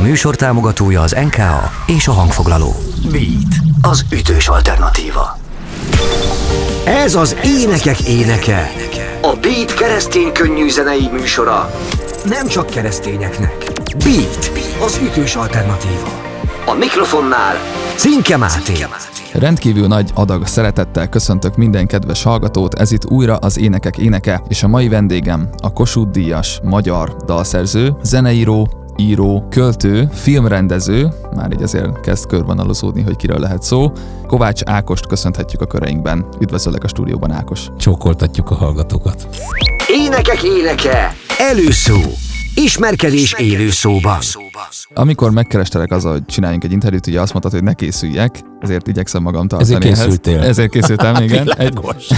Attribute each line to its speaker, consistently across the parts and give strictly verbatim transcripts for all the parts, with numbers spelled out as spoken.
Speaker 1: műsor támogatója az en ká á és a hangfoglaló. Beat, az ütős alternatíva. Ez az Énekek Éneke, a Beat keresztény könnyű zenei műsora. Nem csak keresztényeknek. Beat, az ütős alternatíva. A mikrofonnál Cinke Máté.
Speaker 2: Rendkívül nagy adag szeretettel köszöntök minden kedves hallgatót, ez itt újra az Énekek Éneke, és a mai vendégem a Kossuth-díjas magyar dalszerző, zeneíró, író, költő, filmrendező, már így azért kezd körvonalazódni, hogy kiről lehet szó. Kovács Ákost köszönhetjük a köreinkben. Üdvözöllek a stúdióban, Ákos.
Speaker 3: Csókoltatjuk a hallgatókat.
Speaker 1: Énekek Éneke, előszó, ismerkedés élő szóban.
Speaker 2: Amikor megkerestelek azzal, hogy csináljunk egy interjút, ugye azt mondtad, hogy ne készüljek, ezért igyekszem magam tartani.
Speaker 3: Ezért készültél.
Speaker 2: Ehhez. Ezért készültem, igen. Egy...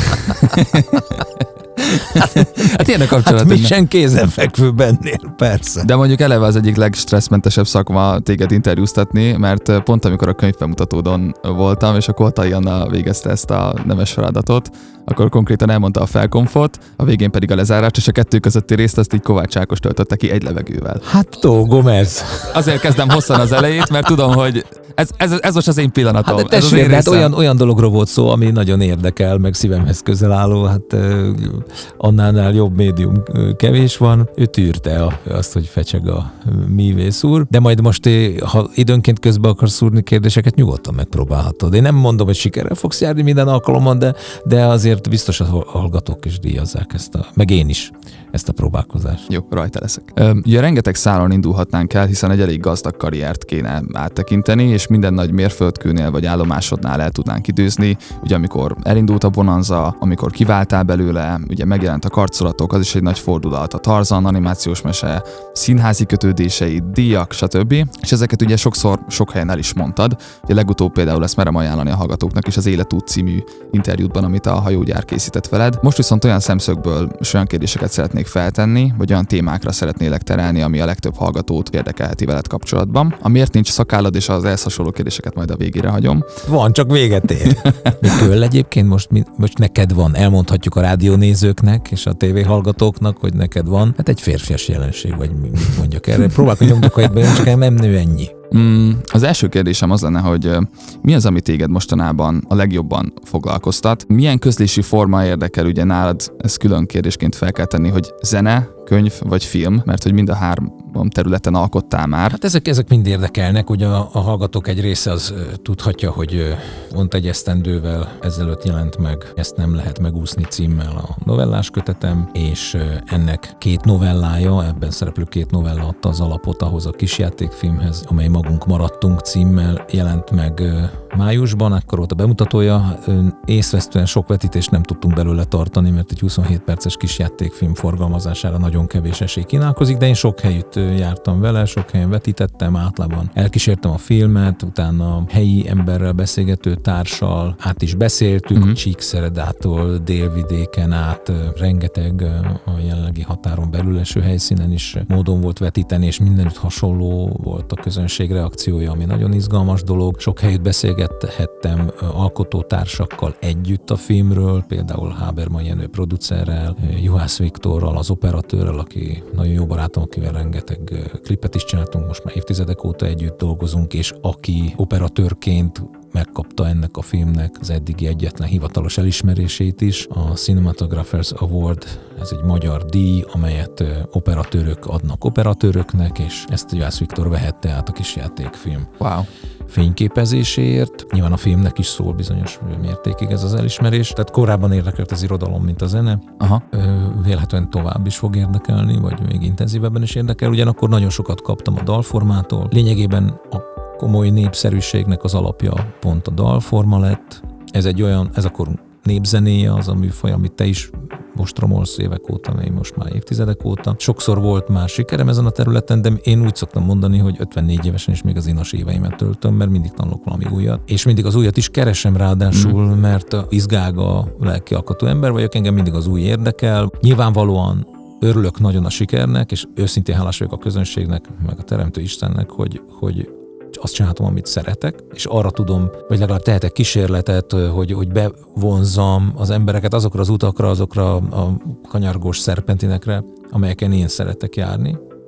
Speaker 2: hát ilyen a kapcsolat.
Speaker 3: Hát mi sem kézenfekvő bennél, persze.
Speaker 2: De mondjuk eleve az egyik legstresszmentesebb szakma téged interjúztatni, mert pont amikor a könyvbemutatódon voltam, és a Koltai Anna végezte ezt a nemes feladatot, akkor konkrétan elmondta a felkonfot, a végén pedig a lezárást, és a kettő közötti részt azt így Kovács Ákos töltötte ki egy levegővel.
Speaker 3: Hát dolgom ez.
Speaker 2: Azért kezdem hosszan az elejét, mert tudom, hogy ez, ez, ez most az én pillanatom.
Speaker 3: Hát de tessék, hát olyan, olyan dologról volt szó, ami nagyon érdekel, meg szívemhez közel álló, hát uh, annánál jobb médium uh, kevés van. Ő tűrte azt, hogy fecseg a művész úr, de majd most, ha időnként közbe akarsz szúrni kérdéseket, nyugodtan megpróbálhatod. Én nem mondom, hogy sikerrel fogsz járni minden alkalommal, de, de azért biztos a hallgatók is díjazzák ezt a, meg én is, ezt a próbálkozást.
Speaker 2: Jó, rajta leszek. Ugye rengeteg szálon indulhatnánk el, hiszen egy elég gazdag karriert kéne áttekinteni, és minden nagy mérföldkőnél vagy állomásodnál el tudnánk időzni. Ugye amikor elindult a Bonanza, amikor kiváltál belőle, ugye megjelent a Karcolatok, az is egy nagy fordulat, a Tarzan animációs mese, színházi kötődései, díjak, stb. És ezeket ugye sokszor sok helyen el is mondtad. Ugye legutóbb például ezt merem ajánlani a hallgatóknak is az Életút című interjútban, amit a hajógyár készített veled. Most viszont olyan szemszögből és olyan kérdéseket szeretnék feltenni, vagy olyan témákra szeretnélek terelni, ami a legtöbb hallgatót érdekelheti veled kapcsolatban. Amiért nincs szakállad, és az ehhez hasonló kérdéseket majd a végére hagyom.
Speaker 3: Van, csak véget ér. Mikől egyébként most, most neked van, elmondhatjuk a rádiónézőknek és a tévéhallgatóknak, hogy neked van. Hát egy férfias jelenség, vagy mit mondjak erre. Próbálok a nyomdokait bejönni, csak nem nő ennyi.
Speaker 2: Mm, az első kérdésem az lenne, hogy mi az, ami téged mostanában a legjobban foglalkoztat? Milyen közlési forma érdekel, ugye nálad ez külön kérdésként fel kell tenni, hogy zene, könyv vagy film, mert hogy mind a három területen alkottál már.
Speaker 3: Hát ezek, ezek mind érdekelnek, ugye a, a hallgatók egy része az uh, tudhatja, hogy uh, pont egy esztendővel ezelőtt jelent meg Ezt nem lehet megúszni címmel a novellás kötetem, és uh, ennek két novellája, ebben szereplő két novella adta az alapot ahhoz a kisjátékfilmhez, amely Magunk maradtunk címmel jelent meg uh, májusban, akkor volt a bemutatója. Uh, észvesztően sok vetítést nem tudtunk belőle tartani, mert egy huszonhét perces kisjátékfilm forgalmazására nagyon kevés esély kínálkozik, de én sok helyütt jártam vele, sok helyen vetítettem, általában elkísértem a filmet, utána helyi emberrel beszélgető társal át is beszéltük, uh-huh. Csíkszeredától délvidéken át, rengeteg a jelenlegi határon belül eső helyszínen is módon volt vetíteni, és mindenütt hasonló volt a közönség reakciója, ami nagyon izgalmas dolog. Sok helyütt beszélgethettem alkotótársakkal együtt a filmről, például Háberman Jenő producerrel, Juhász Viktorral, az operatőrrel, aki nagyon jó barátom, akivel rengeteg klipet is csináltunk, most már évtizedek óta együtt dolgozunk, és aki operatőrként megkapta ennek a filmnek az eddigi egyetlen hivatalos elismerését is. A Cinematographers Award, ez egy magyar díj, amelyet operatőrök adnak operatőröknek, és ezt Juhász Viktor vehette át a kisjátékfilm
Speaker 2: Wow.
Speaker 3: fényképezéséért. Nyilván a filmnek is szól bizonyos mértékig ez az elismerés. Tehát korábban érdekelt az irodalom, mint a zene.
Speaker 2: Aha.
Speaker 3: Vélhetően tovább is fog érdekelni, vagy még intenzívebben is érdekel. Ugyanakkor nagyon sokat kaptam a dalformától. Lényegében a komoly népszerűségnek az alapja pont a dalforma lett. Ez egy olyan, ez akkor népzenéje az a műfaj, amit te is most romolsz évek óta, még most már évtizedek óta. Sokszor volt már sikerem ezen a területen, de én úgy szoktam mondani, hogy ötvennégy évesen is még az inas éveimet töltöm, mert mindig tanulok valami újat. És mindig az újat is keresem ráadásul, mm. mert izgága lelkialkatú ember vagyok, engem mindig az új érdekel. Nyilvánvalóan örülök nagyon a sikernek, és őszintén hálás vagyok a közönségnek, meg a Teremtő Istennek, hogy, hogy azt csináltam, amit szeretek, és arra tudom, vagy legalább tehetek kísérletet, hogy, hogy bevonzam az embereket azokra az utakra, azokra a kanyargós szerpentinekre, amelyeken én szeretek járni.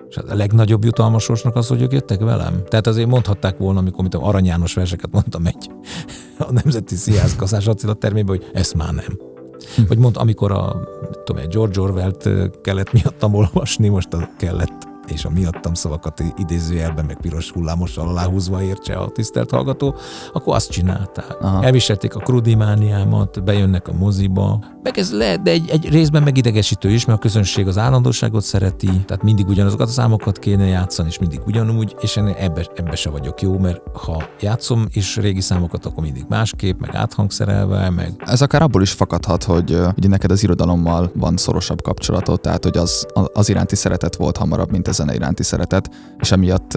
Speaker 3: És a legnagyobb jutalma sorsnak az, hogy ők jöttek velem. Tehát azért mondhatták volna, amikor mint Arany János verseket mondtam egy a Nemzeti Színház Kaszás Attila termében, hogy ezt már nem. Hm. Vagy mondta, amikor a tudom, egy George Orwellt kellett miattam olvasni, most a kellett és a miattam szavakat idézőjelben, meg piros hullámossal aláhúzva értse a tisztelt hallgató, akkor azt csinálták. Aha. Elviselték a krudimániámat, bejönnek a moziba, meg ez lehet, de egy, egy részben megidegesítő is, mert a közönség az állandóságot szereti, tehát mindig ugyanazokat a számokat kéne játszani, és mindig ugyanúgy, és én ebbe, ebbe se vagyok jó, mert ha játszom is régi számokat, akkor mindig másképp, meg áthangszerelve, meg...
Speaker 2: Ez akár abból is fakadhat, hogy ugye neked az irodalommal van szorosabb kapcsolatod, tehát hogy az, az iránti szeretet volt hamarabb, mint a zene iránti szeretet, és emiatt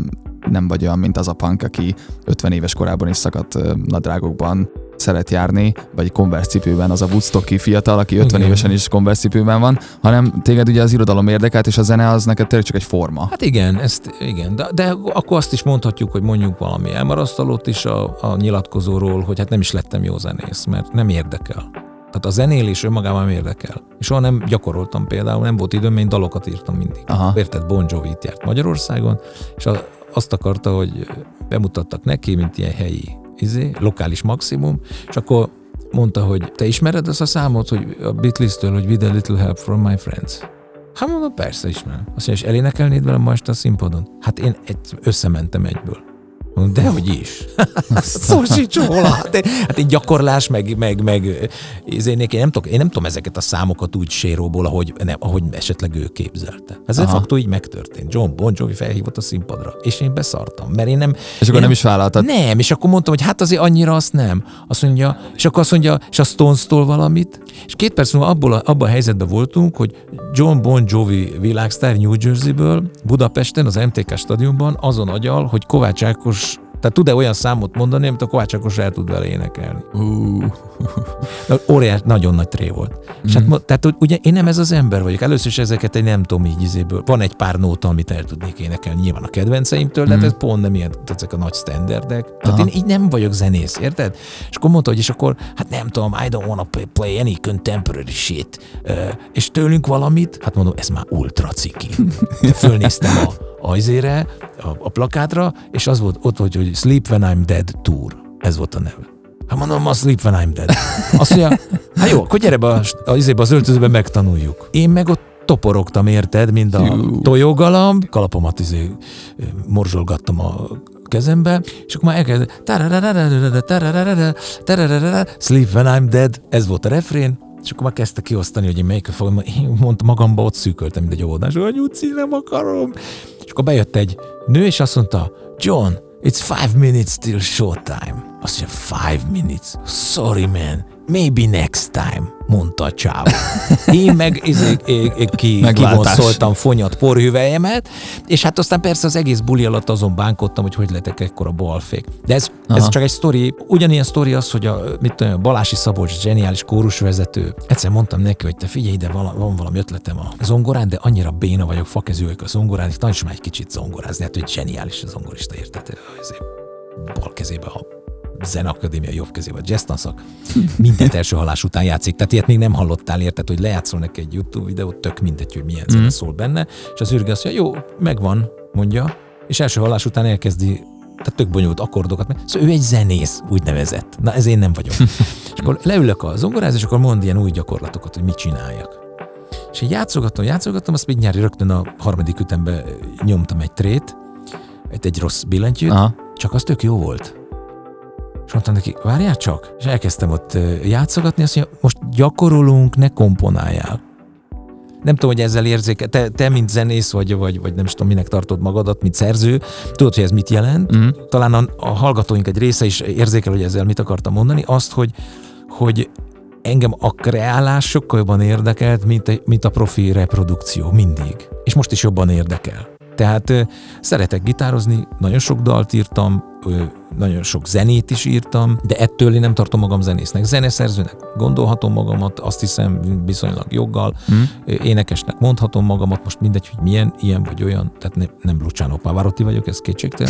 Speaker 2: nem vagy olyan, mint az a punk, aki ötven éves korában is szakadt nadrágokban szeret járni, vagy Converse cipőben az a Woodstocki fiatal, aki ötven igen. évesen is Converse cipőben van, hanem téged ugye az irodalom érdekelt, és a zene az neked tényleg csak egy forma.
Speaker 3: Hát igen, ezt igen, de, de akkor azt is mondhatjuk, hogy mondjuk valami elmarasztalott is a, a nyilatkozóról, hogy hát nem is lettem jó zenész, mert nem érdekel. Tehát a zenélés önmagában nem érdekel. És soha nem gyakoroltam például, nem volt időm, én dalokat írtam mindig. Aha. Érted, Bon Jovi itt járt Magyarországon, és azt akarta, hogy bemutattak neki, mint ilyen helyi izé, lokális maximum, és akkor mondta, hogy te ismered azt a számot, hogy a Beatles-től, hogy With a Little Help from My Friends? Hát mondom, persze ismerem. Azt mondja, és elénekelnéd velem ma este a színpadon? Hát én összementem egyből. Dehogy is. Szó sincs róla. Hát egy gyakorlás, meg, meg, meg én, nem tudom, én nem tudom ezeket a számokat úgy séróból, ahogy, nem, ahogy esetleg ő képzelte. Ez de facto így megtörtént. John Bon Jovi felhívott a színpadra, és én beszartam, mert én nem...
Speaker 2: És akkor nem, nem is vállaltad?
Speaker 3: Nem, és akkor mondtam, hogy hát azért annyira azt nem. Azt mondja, és akkor azt mondja, és a Stones-tól valamit, és két perc múlva abból a, abban a helyzetben voltunk, hogy John Bon Jovi világsztár New Jerseyből Budapesten, az em té ká stadionban azon agyal, hogy Kovács Ákos, tehát tud-e olyan számot mondani, amit a Kovács Ákos el tud vele énekelni.
Speaker 2: Uh.
Speaker 3: Óriás, nagyon nagy tré volt. Mm. És hát, tehát ugye én nem ez az ember vagyok. Először is ezeket egy nem tudom így izéből. Van egy pár nóta, amit el tudnék énekelni nyilván a kedvenceimtől, mm. de hát ez pont nem ilyen, ezek a nagy standardek. Tehát én így nem vagyok zenész, érted? És akkor mondta, hogy és akkor, hát nem tudom, I don't wanna play, play any contemporary shit. Uh, és tőlünk valamit, hát mondom, ez már ultra ciki. Fölnéztem a ajzére, a, a plakátra, és az volt ott, hogy, hogy Sleep When I'm Dead Tour. Ez volt a neve. Hát mondom, a Sleep When I'm Dead. Azt mondja, hát jó, akkor gyere be a, a, az öltözőbe, megtanuljuk. Én meg ott toporogtam, érted, mint a tojógalamb, kalapomat izé, morzsolgattam a kezembe, és akkor már elkezdett Sleep When I'm Dead, ez volt a refrén, és akkor már kezdte kiosztani, hogy én melyikre fogom, én mondta, magamba ott szűköltem, mint egy óvodás, hogy anyuci, nem akarom. És akkor bejött egy nő, és azt mondta, John, it's five minutes till showtime. Azt mondja, five minutes? Sorry, man. Maybe next time, mondta a csávó. Én meg kivonszoltam fonyat porhüvelyemet, és hát aztán persze az egész buli alatt azon bánkodtam, hogy hogy lettek ekkora balfék. De ez, ez csak egy sztori, ugyanilyen sztori az, hogy a, mit tudom, a Balási Szabolcs zseniális kórusvezető. Egyszer mondtam neki, hogy te figyelj ide, van valami ötletem a zongorán, de annyira béna vagyok, fakezű vagyok a zongorán, és taníts már egy kicsit zongorázni, hát hogy zseniális a zongorista, érted? Bal kezébe a Zeneakadémia jobb kezébe, a jazz tanszak mindent első hallás után játszik, tehát ilyet még nem hallottál, érted, hogy lejátszol neki egy YouTube videót, tök mindegy, hogy milyen zene mm. szól benne, és az űrge azt mondja, jó, megvan, mondja, és első hallás után elkezdi, tehát tök bonyolult akkordokat, szóval ő egy zenész, úgynevezett. Na, ez én nem vagyok. És akkor leülök a zongoráz, és akkor mond ilyen új gyakorlatokat, hogy mit csináljak. És én játszogatom, játszogatom, azt még nyári rögtön a harmadik ütembe nyomtam egy trét, egy, egy rossz billentyűt, aha. Csak az tök jó volt. És mondtam neki, várjál csak, és elkezdtem ott játszogatni, azt mondja, most gyakorolunk, ne komponáljál. Nem tudom, hogy ezzel érzékel, te, te mint zenész vagy, vagy, vagy nem is tudom, minek tartod magadat, mint szerző, tudod, hogy ez mit jelent. Mm. Talán a, a hallgatóink egy része is érzékel, hogy ezzel mit akartam mondani, azt, hogy, hogy engem a kreálás sokkal jobban érdekelt, mint a, mint a profi reprodukció, mindig. És most is jobban érdekel. Tehát szeretek gitározni, nagyon sok dalt írtam, nagyon sok zenét is írtam, de ettől én nem tartom magam zenésznek. Zeneszerzőnek gondolhatom magamat, azt hiszem viszonylag joggal, hmm. énekesnek mondhatom magamat, most mindegy, hogy milyen, ilyen vagy olyan, tehát ne, nem Luciano Pavarotti vagyok, ez kétségtelen,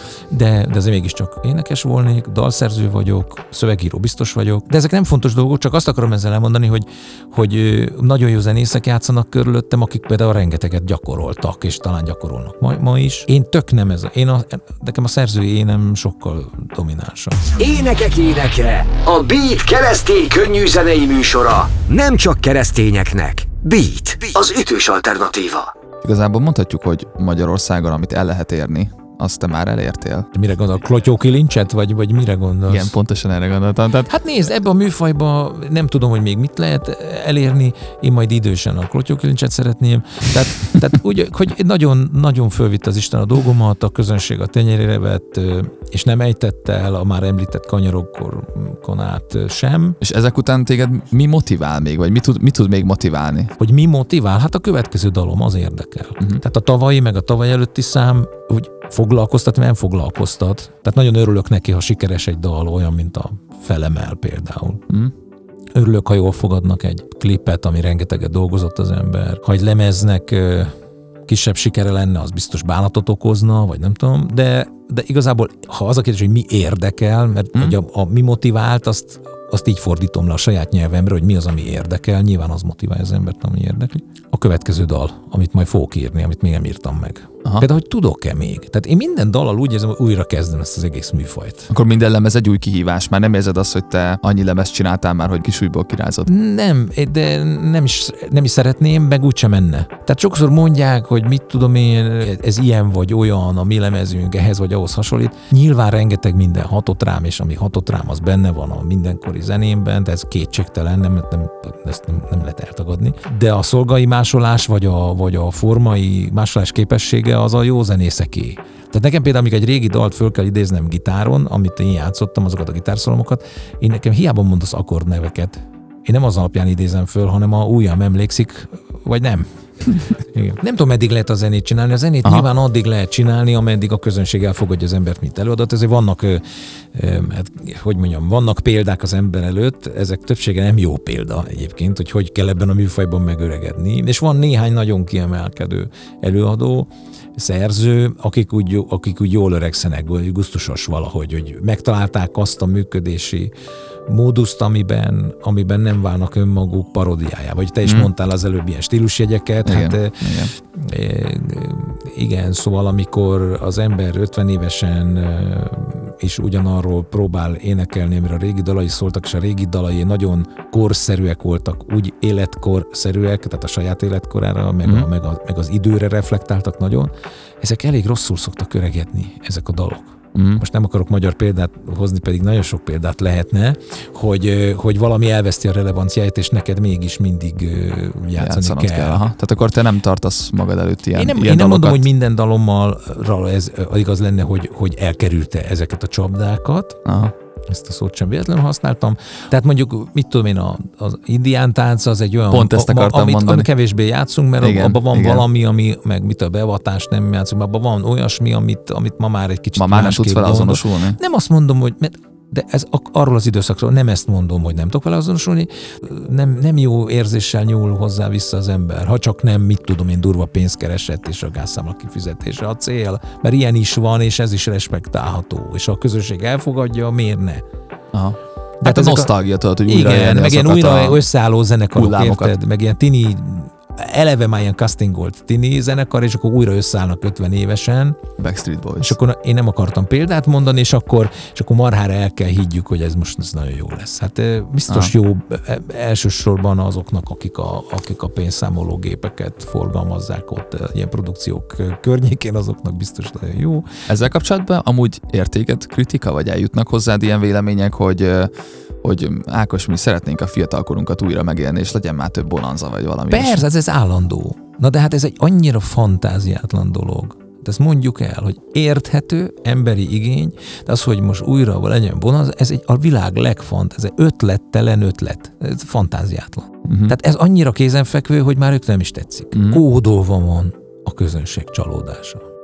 Speaker 3: de, de azért mégiscsak énekes volnék, dalszerző vagyok, szövegíró biztos vagyok, de ezek nem fontos dolgok, csak azt akarom ezzel elmondani, hogy, hogy nagyon jó zenészek játszanak körülöttem, akik például rengeteget gyakoroltak, és talán gyakorolnak ma, ma is. Én tök nem ez, én a, nekem a szerzői énem sokkal dominánsabb.
Speaker 1: Énekek éneke, a Beat keresztény könnyű zenei műsora. Nem csak keresztényeknek. Beat, az ütős alternatíva.
Speaker 2: Igazából mondhatjuk, hogy Magyarországon, amit el lehet érni, azt te már elértél.
Speaker 3: Mire gondol? Klotyókilincset? Vagy, vagy mire gondolsz?
Speaker 2: Igen, pontosan erre gondoltam. Tehát...
Speaker 3: Hát nézd, ebbe a műfajba nem tudom, hogy még mit lehet elérni, én majd idősen a klotyókilincset szeretném. Tehát, tehát úgy, hogy nagyon, nagyon fölvitt az Isten a dolgomat, a közönség a tenyerére vett, és nem ejtette el a már említett kanyarokon át sem.
Speaker 2: És ezek után téged mi motivál még, vagy mi tud, mi tud még motiválni?
Speaker 3: Hogy mi motivál? Hát a következő dalom az érdekel. Uh-huh. Tehát a tavalyi, meg a tavaly előtti szám, úgy foglalkoztat, nem foglalkoztat. Tehát nagyon örülök neki, ha sikeres egy dal, olyan, mint a Felemel például. Mm. Örülök, ha jól fogadnak egy klipet, ami rengeteget dolgozott az ember. Ha egy lemeznek ö, kisebb sikere lenne, az biztos bánatot okozna, vagy nem tudom, de, de igazából, ha az a kérdés, hogy mi érdekel, mert mm. a, a mi motivált, azt, azt így fordítom le a saját nyelvemre, hogy mi az, ami érdekel, nyilván az motiválja az embert, ami érdekli. A következő dal, amit majd fogok írni, amit még nem írtam meg. Aha. Például, hogy tudok-e még? Tehát én minden dallal úgy érzem, hogy újra kezdem ezt az egész műfajt.
Speaker 2: Akkor minden lemez egy új kihívás. Már nem érzed azt, hogy te annyi lemezt csináltál már, hogy kisújból kirázod?
Speaker 3: Nem, de nem is, nem is szeretném, meg úgysem menne. Tehát sokszor mondják, hogy mit tudom én, ez ilyen vagy olyan, a mi lemezünk ehhez vagy ahhoz hasonlít. Nyilván rengeteg minden hatott rám, és ami hatott rám, az benne van a mindenkori zenémben, de ez kétségtelen, nem, nem, ezt nem, nem lehet eltagadni. De a szolgai másolás, vagy a, vagy a formai másolás képessége az a jó zenészeké. Tehát nekem például, amikor egy régi dalt föl kell idéznem gitáron, amit én játszottam, azokat a gitárszolomokat, én nekem hiába mondasz akkordneveket. Én nem az alapján idézem föl, hanem a újam emlékszik, vagy nem. Igen. Nem tudom, meddig lehet a zenét csinálni. A zenét Aha. nyilván addig lehet csinálni, ameddig a közönség elfogadja az embert, mint előadott. Ezért vannak, hát, hogy mondjam, vannak példák az ember előtt, ezek többsége nem jó példa egyébként, hogy hogy kell ebben a műfajban megöregedni. És van néhány nagyon kiemelkedő előadó, szerző, akik úgy, akik úgy jól öregszenek, vagy gusztusos valahogy, hogy megtalálták azt a működési móduszt, amiben, amiben nem válnak önmaguk parodiájá. Vagy te is hmm. mondtál az előbb ilyen stílusjegyeket. Igen, hát, igen. igen, szóval amikor az ember ötven évesen is ugyanarról próbál énekelni, amire a régi dalai szóltak, és a régi dalai nagyon korszerűek voltak, úgy életkorszerűek, tehát a saját életkorára, meg, hmm. a, meg, a, meg az időre reflektáltak nagyon, ezek elég rosszul szoktak öregedni, ezek a dalok. Mm. Most nem akarok magyar példát hozni, pedig nagyon sok példát lehetne, hogy, hogy valami elveszti a relevanciáját, és neked mégis mindig játszani Játszanod kell. kell
Speaker 2: Tehát akkor te nem tartasz magad előtt ilyen,
Speaker 3: én nem,
Speaker 2: ilyen
Speaker 3: én nem
Speaker 2: dalokat.
Speaker 3: mondom, hogy minden dalommal ez igaz lenne, hogy, hogy elkerülte ezeket a csapdákat. Aha. Ezt a szót sem véletlenül használtam. Tehát mondjuk, mit tudom én, a, az indián tánc az egy olyan,
Speaker 2: Pont ezt akartam
Speaker 3: amit,
Speaker 2: mondani.
Speaker 3: Amit kevésbé játszunk, mert igen, abban van igen. valami, ami, meg mit a beavatás nem játszunk, abban van olyasmi, amit, amit ma már egy kicsit
Speaker 2: ma már nem tudsz vele azonosulni.
Speaker 3: Nem azt mondom, hogy mert de ez arról az időszakról nem ezt mondom, hogy nem tudok vele azonosulni, nem, nem jó érzéssel nyúl hozzá vissza az ember, ha csak nem, mit tudom én, durva pénzkereset és a gázszámla kifizetése a cél, mert ilyen is van, és ez is respektálható, és ha a közönség elfogadja, miért ne?
Speaker 2: Aha. De hát a nosztalgia, tudod, hogy újra
Speaker 3: igen, meg ilyen újra összeálló zenekarok, érted? Meg ilyen tini, eleve már ilyen castingolt tini zenekar, és akkor újra összeállnak ötven évesen.
Speaker 2: Backstreet Boys.
Speaker 3: És akkor én nem akartam példát mondani, és akkor, és akkor marhára el kell higgyük, hogy ez most ez nagyon jó lesz. Hát biztos ah. jó elsősorban azoknak, akik a, akik a pénzszámológépeket forgalmazzák ott ilyen produkciók környékén, azoknak biztos nagyon jó.
Speaker 2: Ezzel kapcsolatban amúgy értéket kritika, vagy eljutnak hozzád ilyen vélemények, hogy hogy Ákos, mi szeretnénk a fiatalkorunkat újra megélni, és legyen már több bonanza, vagy valami.
Speaker 3: Persze, ez, ez állandó. Na de hát ez egy annyira fantáziátlan dolog. De ezt mondjuk el, hogy érthető, emberi igény, de az, hogy most újra legyen bonanza, ez egy a világ legfant, ez egy ötlettelen ötlet. Ez fantáziátlan. Uh-huh. Tehát ez annyira kézenfekvő, hogy már ők nem is tetszik. Uh-huh. Kódolva van a közönség csalódása.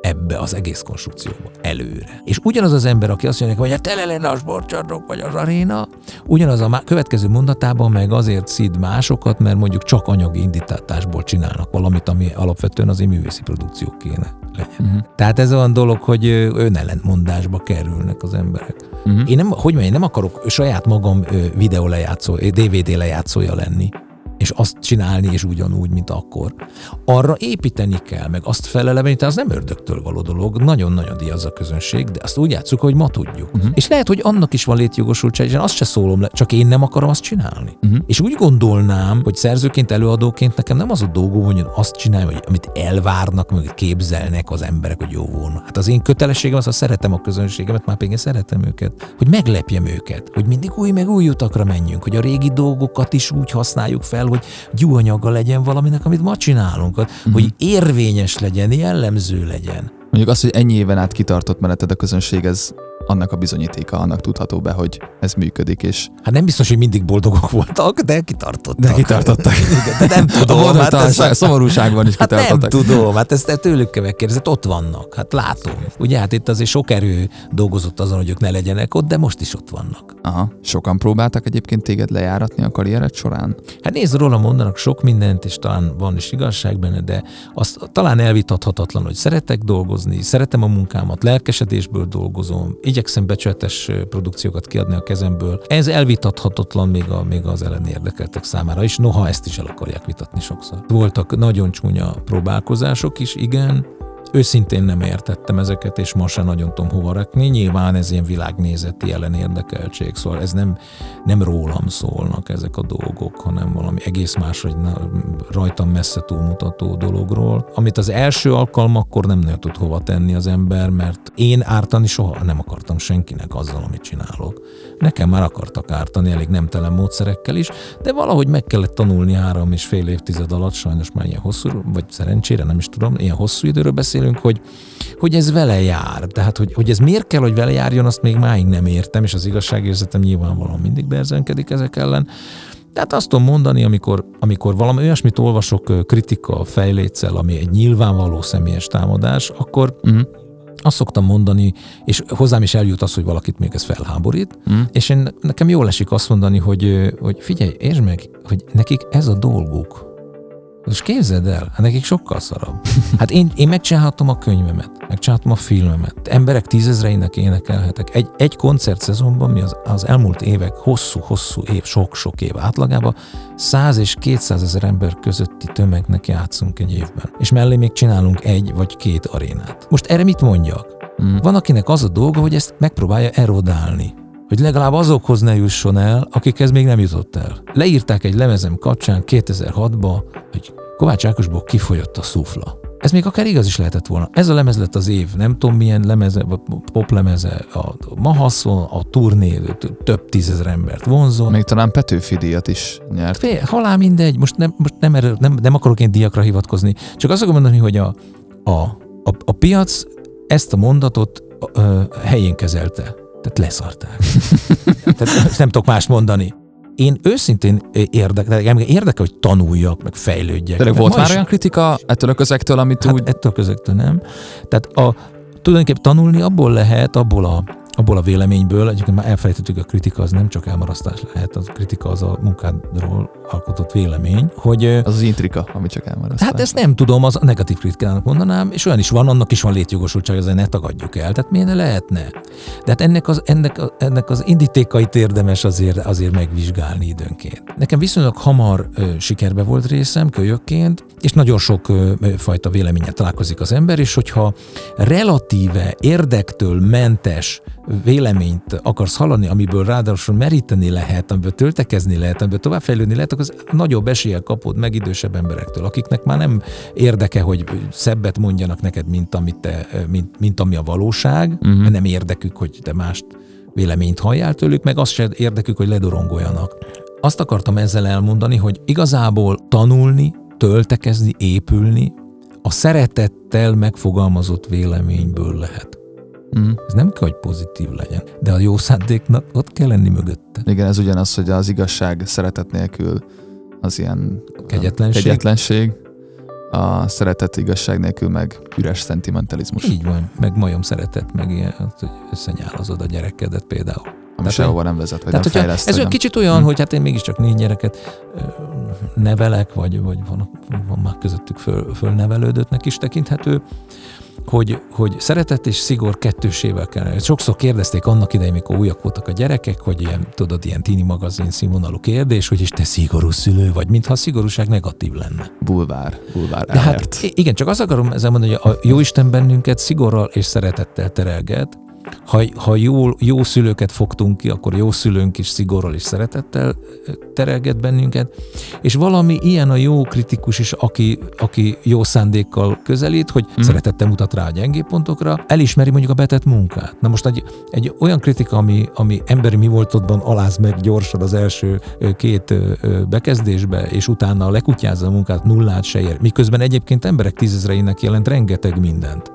Speaker 3: ebbe az egész konstrukcióba előre. És ugyanaz az ember, aki azt mondja, hogy a tele lenne a sportcsarnok vagy az aréna, ugyanaz a következő mondatában meg azért szid másokat, mert mondjuk csak anyagi indításból csinálnak valamit, ami alapvetően az művészi produkció kéne legyen. Uh-huh. Tehát ez olyan dolog, hogy önellentmondásba kerülnek az emberek. Uh-huh. Én nem, hogy mondjam, nem akarok saját magam videó lejátszó, dé vé dé lejátszója lenni, és azt csinálni, és ugyanúgy, mint akkor. Arra építeni kell, meg azt feleleveníteni, az nem ördögtől való dolog, nagyon-nagyon díjazza a közönség, de azt úgy játsszuk, hogy ma tudjuk. Uh-huh. És lehet, hogy annak is van létjogosultság, és én azt se szólom le, csak én nem akarom azt csinálni. Uh-huh. És úgy gondolnám, hogy szerzőként, előadóként nekem nem az a dolgom, hogy azt csinálom, hogy amit elvárnak, meg képzelnek az emberek, hogy jó volna. Hát az én kötelességem az, hogy szeretem a közönségemet, már pedig én szeretem őket, hogy meglepjem őket, hogy mindig új meg új utakra menjünk, hogy a régi dolgokat is úgy használjuk fel, hogy gyúanyaga legyen valaminek, amit ma csinálunk, uh-huh. hogy érvényes legyen, jellemző legyen.
Speaker 2: Mondjuk azt, hogy ennyi éven át kitartott meneted a közönség, ez annak a bizonyítéka, annak tudható be, hogy ez működik, és...
Speaker 3: Hát nem biztos, hogy mindig boldogok voltak, de kitartottak.
Speaker 2: De kitartottak.
Speaker 3: De nem tudom.
Speaker 2: A
Speaker 3: hát ez
Speaker 2: a szomorúságban is kitartottak.
Speaker 3: Hát nem tudom, hát ezt tőlük kell megkérdezni, ott vannak, hát látom. Ugye hát itt azért sok erő dolgozott azon, hogy ők ne legyenek ott, de most is ott vannak.
Speaker 2: Aha. Sokan próbáltak egyébként téged lejáratni a karriered során?
Speaker 3: Hát nézd, róla mondanak sok mindent, és talán van is igazság benne, de azt talán elvitathatatlan, hogy szeretek dolgozni, szeretem a munkámat, lelkesedésből dolgozom, igyekszem becsületes produkciókat kiadni a kezemből. Ez elvitathatatlan még, a, még az ellen érdekeltek számára is, noha ezt is el akarják vitatni sokszor. Voltak nagyon csúnya próbálkozások is, igen. Őszintén nem értettem ezeket, és ma sem nagyon tudom hova rakni. Nyilván ez ilyen világnézeti ellenérdekeltség, szóval ez nem, nem rólam szólnak ezek a dolgok, hanem valami egész más, hogy rajtam messze túlmutató dologról, amit az első alkalmakkor nem nagyon tud hova tenni az ember, mert én ártani soha nem akartam senkinek azzal, amit csinálok. Nekem már akartak ártani, elég nemtelen módszerekkel is, de valahogy meg kellett tanulni három és fél évtized alatt, sajnos már ilyen hosszú, vagy szerencsére nem is tudom, ilyen hosszú időről beszélünk, hogy, hogy ez vele jár. Tehát, hogy, hogy ez miért kell, hogy vele járjon, azt még máig nem értem, és az igazságérzetem nyilvánvalóan mindig berzenkedik ezek ellen. Tehát azt tudom mondani, amikor, amikor valami olyasmit olvasok kritika fejléccel, ami egy nyilvánvaló személyes támadás, akkor uh-huh. azt szoktam mondani, és hozzám is eljut az, hogy valakit még ez felháborít, uh-huh. és én, nekem jól esik azt mondani, hogy, hogy figyelj, értsd meg, hogy nekik ez a dolguk. Most képzeld el, hát nekik sokkal szarabb. Hát én, én megcsinálhatom a könyvemet, megcsinálhatom a filmemet. Emberek tízezreinek énekelhetek. Egy, egy koncertszezonban, mi az, az elmúlt évek, hosszú-hosszú év, sok-sok év átlagában száz és kétszázezer ember közötti tömegnek játszunk egy évben. És mellé még csinálunk egy vagy két arénát. Most erre mit mondjak? Hmm. Van, akinek az a dolga, hogy ezt megpróbálja erodálni. Hogy legalább azokhoz ne jusson el, akikhez még nem jutott el. Leírták egy lemezem kapcsán kétezer-hatban, hogy Kovács Ákosból kifolyott a szufla. Ez még akár igaz is lehetett volna. Ez a lemez lett az év, nem tudom milyen lemeze, poplemeze, a Mahaszon, a turné több tízezer embert vonzon.
Speaker 2: Még talán Petőfi díjat is nyert.
Speaker 3: Fél, halál mindegy, most nem, most nem, erre, nem, nem akarok én díjakra hivatkozni, csak azt akarom mondani, hogy a, a, a, a piac ezt a mondatot ö, helyén kezelte. Tehát leszarták. Tehát nem tudok mást mondani. Én őszintén érdekel, érdekel, hogy tanuljak, meg fejlődjek.
Speaker 2: De volt már olyan kritika ettől a közektől, amit
Speaker 3: hát
Speaker 2: úgy...
Speaker 3: ettől a közektől nem. Tehát a, tulajdonképpen tanulni abból lehet, abból a, abból a véleményből, egyébként már elfelejtettük, a kritika az nem csak elmarasztás lehet, az a kritika az a munkádról alkotott vélemény, hogy...
Speaker 2: Az az intrika, ami csak elmarasztás.
Speaker 3: Hát ezt nem tudom, az a negatív kritikának mondanám, és olyan is van, annak is van létjogosultság, azért ne tagadjuk el, tehát miért ne lehetne? De hát ennek az, ennek, ennek az indítékait érdemes azért, azért megvizsgálni időnként. Nekem viszonylag hamar ö, sikerbe volt részem kölyökként, és nagyon sok ö, fajta véleménye találkozik az ember, és hogyha relatíve érdektől mentes véleményt akarsz hallani, amiből ráadásul meríteni lehet, amiből töltekezni lehet, amiből továbbfejlődni lehet, akkor az nagyobb eséllyel kapod meg idősebb emberektől, akiknek már nem érdeke, hogy szebbet mondjanak neked, mint, amit te, mint, mint ami a valóság, uh-huh. mert nem érdekük, hogy te mást véleményt halljál tőlük, meg azt se érdekük, hogy ledorongoljanak. Azt akartam ezzel elmondani, hogy igazából tanulni, töltekezni, épülni a szeretettel megfogalmazott véleményből lehet. Mm. Ez nem kell, hogy pozitív legyen, de a jó szándéknak ott kell lenni mögötte.
Speaker 2: Igen, ez ugyanaz, hogy az igazság szeretet nélkül az ilyen
Speaker 3: kegyetlenség.
Speaker 2: kegyetlenség. A szeretet igazság nélkül meg üres szentimentalizmus.
Speaker 3: Így van, meg majom szeretet, meg ilyen, hogy összenyálazod a gyerekedet például.
Speaker 2: Ami sehova nem vezet, vagy
Speaker 3: tehát,
Speaker 2: nem fejleszt.
Speaker 3: Ez olyan
Speaker 2: nem...
Speaker 3: kicsit olyan, hmm. hogy hát én mégiscsak négy gyereket nevelek, vagy, vagy van, van már közöttük föl, fölnevelődöttnek is tekinthető, hogy, hogy szeretet és szigor kettősével kell. Sokszor kérdezték annak idején, mikor újak voltak a gyerekek, hogy ilyen, tudod, ilyen tini magazin színvonalú kérdés, hogy is te szigorú szülő vagy, mintha a szigorúság negatív lenne.
Speaker 2: Bulvár, bulvár
Speaker 3: De hát igen, csak azt akarom ezzel mondani, hogy a Jóisten bennünket szigorral és szeretettel terelget. Ha, ha jó, jó szülőket fogtunk ki, akkor jó szülőnk is szigorral és szeretettel terelget bennünket, és valami ilyen a jó kritikus is, aki, aki jó szándékkal közelít, hogy mm. szeretettel mutat rá a gyengépontokra, elismeri mondjuk a betett munkát. Na most egy, egy olyan kritika, ami, ami emberi mi voltodban aláz meg gyorsan az első két bekezdésbe, és utána lekutyázza a munkát, nullát se ér, miközben egyébként emberek tízezreinek jelent rengeteg mindent.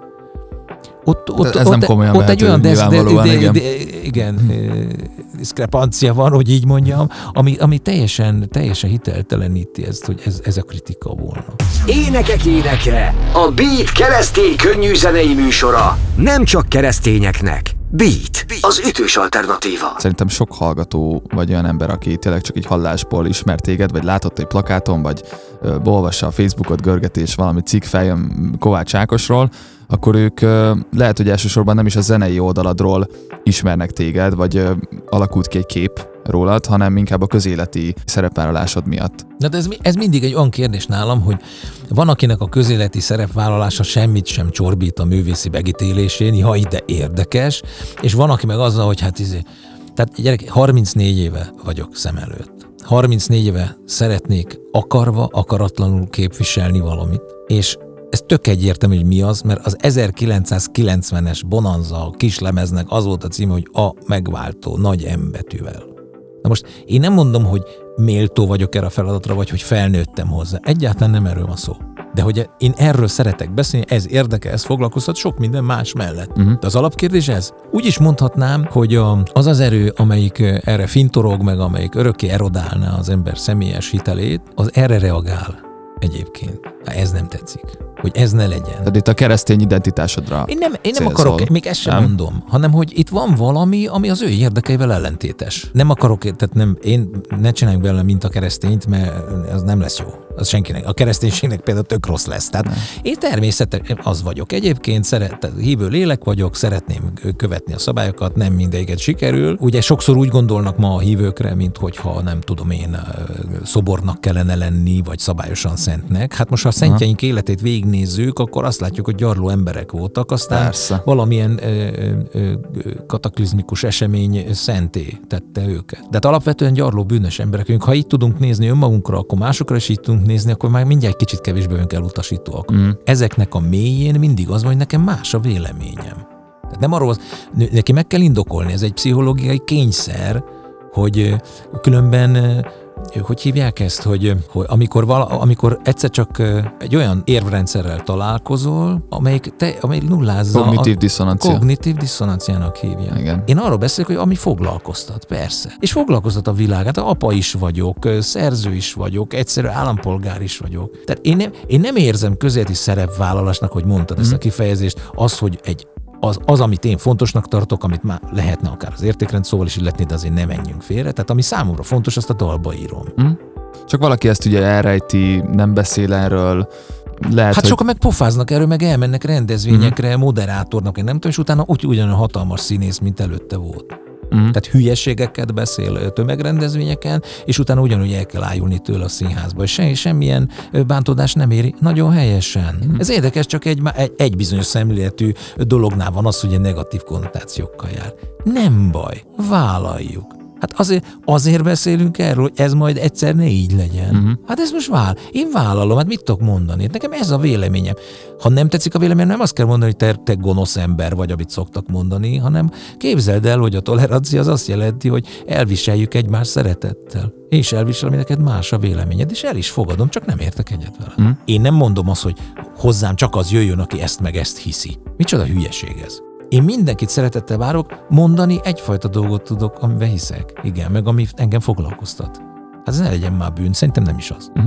Speaker 3: Ott, ott,
Speaker 2: ez
Speaker 3: ott,
Speaker 2: nem komolyan
Speaker 3: ott egy olyan desz, de, de,
Speaker 2: igen,
Speaker 3: de, igen diszkrepancia van, hogy így mondjam, ami, ami teljesen, teljesen hitelteleníti ezt, hogy ez, ez a kritika volna.
Speaker 1: Énekek éneke, a Beat keresztény könnyűzenei műsora. Nem csak keresztényeknek. Beat, az ütős alternatíva.
Speaker 2: Szerintem sok hallgató, vagy olyan ember, aki tényleg csak egy hallásból ismer téged, vagy látott egy plakáton, vagy ö, olvassa a Facebookot, görgeti, és valami cikk feljön Kovács Ákosról, akkor ők ö, lehet, hogy elsősorban nem is a zenei oldaladról ismernek téged, vagy ö, alakult ki egy kép rólad, hanem inkább a közéleti szerepvállalásod miatt.
Speaker 3: Na de ez, ez mindig egy olyan kérdés nálam, hogy van, akinek a közéleti szerepvállalása semmit sem csorbít a művészi megítélésén, ha ide érdekes, és van, aki meg azzal, hogy hát izé, tehát gyerek, harmincnégy éve vagyok szem előtt. harmincnégy éve szeretnék akarva, akaratlanul képviselni valamit, és ez tök egyértelmű, hogy mi az, mert az ezerkilencszázkilencvenes Bonanza kislemeznek az volt a címe, hogy A megváltó, nagy M betűvel. Na most én nem mondom, hogy méltó vagyok erre a feladatra, vagy hogy felnőttem hozzá. Egyáltalán nem erről van szó. De hogy én erről szeretek beszélni, ez érdekel, ez foglalkoztat sok minden más mellett. Uh-huh. De az alapkérdés ez. Úgy is mondhatnám, hogy a, az az erő, amelyik erre fintorog meg, amelyik örökké erodálná az ember személyes hitelét, az erre reagál egyébként. Ez nem tetszik. Hogy ez ne legyen.
Speaker 2: Tehát itt a keresztény identitásodra
Speaker 3: Én nem, én nem
Speaker 2: célzol.
Speaker 3: akarok, még ezt sem nem? mondom, hanem hogy itt van valami, ami az ő érdekeivel ellentétes. Nem akarok, tehát nem, én ne csináljunk belőle mint a keresztényt, mert az nem lesz jó. Az senkinek. A kereszténységnek például tök rossz lesz. Tehát nem. Én természetesen az vagyok. Egyébként szeret, hívő lélek vagyok, szeretném követni a szabályokat, nem mindegyiket sikerül. Ugye sokszor úgy gondolnak ma a hívőkre, mint hogyha nem tudom én, szobornak kellene lenni, vagy szabályosan szentnek. Hát most ha a szentjeink életét végignézzük, akkor azt látjuk, hogy gyarló emberek voltak, aztán Persze. valamilyen ö, ö, kataklizmikus esemény szenté tette őket. De hát alapvetően gyarló bűnös emberek. Ha így tudunk nézni önmagunkra, akkor másokra is így tudunk nézni, akkor már mindjárt kicsit kevésbé vagyunk elutasítóak. Mm. Ezeknek a mélyén mindig az van, hogy nekem más a véleményem. Tehát nem arról, neki meg kell indokolni, ez egy pszichológiai kényszer, hogy különben, hogy hívják ezt, hogy, hogy amikor, vala, amikor egyszer csak egy olyan érvrendszerrel találkozol, amelyik, te, amelyik nullázza
Speaker 2: kognitív
Speaker 3: a
Speaker 2: disszonancia.
Speaker 3: Kognitív diszonanciának hívják.
Speaker 2: Igen.
Speaker 3: Én arról beszélek, hogy ami foglalkoztat, persze. És foglalkoztat a világát, apa is vagyok, szerző is vagyok, egyszerű állampolgár is vagyok. Tehát én nem, én nem érzem közéleti szerepvállalásnak, hogy mondtad mm. ezt a kifejezést, az, hogy egy Az, az, amit én fontosnak tartok, amit már lehetne akár az értékrend szóval is illetni, de azért ne menjünk félre. Tehát ami számomra fontos, azt a dalba írom. Mm.
Speaker 2: Csak valaki ezt ugye elrejti, nem beszél erről. Lehet,
Speaker 3: hát
Speaker 2: hogy...
Speaker 3: sokan meg pofáznak erről, meg elmennek rendezvényekre, mm. moderátornak, én nem tudom, és utána úgy ugyanolyan hatalmas színész, mint előtte volt. Mm. Tehát hülyeségeket beszél tömegrendezvényeken, és utána ugyanúgy el kell ájulni tőle a színházba. És semmi, semmilyen bántódás nem éri. Nagyon helyesen. Mm. Ez érdekes, csak egy, egy, egy bizonyos szemléletű dolognál van az, hogy negatív konnotációkkal jár. Nem baj, vállaljuk. Hát azért, azért beszélünk erről, hogy ez majd egyszer ne így legyen. Uh-huh. Hát ez most vál. Én vállalom, hát mit tudok mondani? Nekem ez a véleményem. Ha nem tetszik a véleményem, nem azt kell mondani, hogy te, te gonosz ember vagy, amit szoktak mondani, hanem képzeld el, hogy a tolerancia az azt jelenti, hogy elviseljük egymást szeretettel. Én is elviselem, hogy neked más a véleményed, és el is fogadom, csak nem értek egyet vele. Uh-huh. Én nem mondom azt, hogy hozzám csak az jöjjön, aki ezt meg ezt hiszi. Micsoda hülyeség ez? Én mindenkit szeretettel várok, mondani egyfajta dolgot tudok, amiben hiszek. Igen, meg ami engem foglalkoztat. Hát ez ne legyen már bűn, szerintem nem is az. Uh-huh.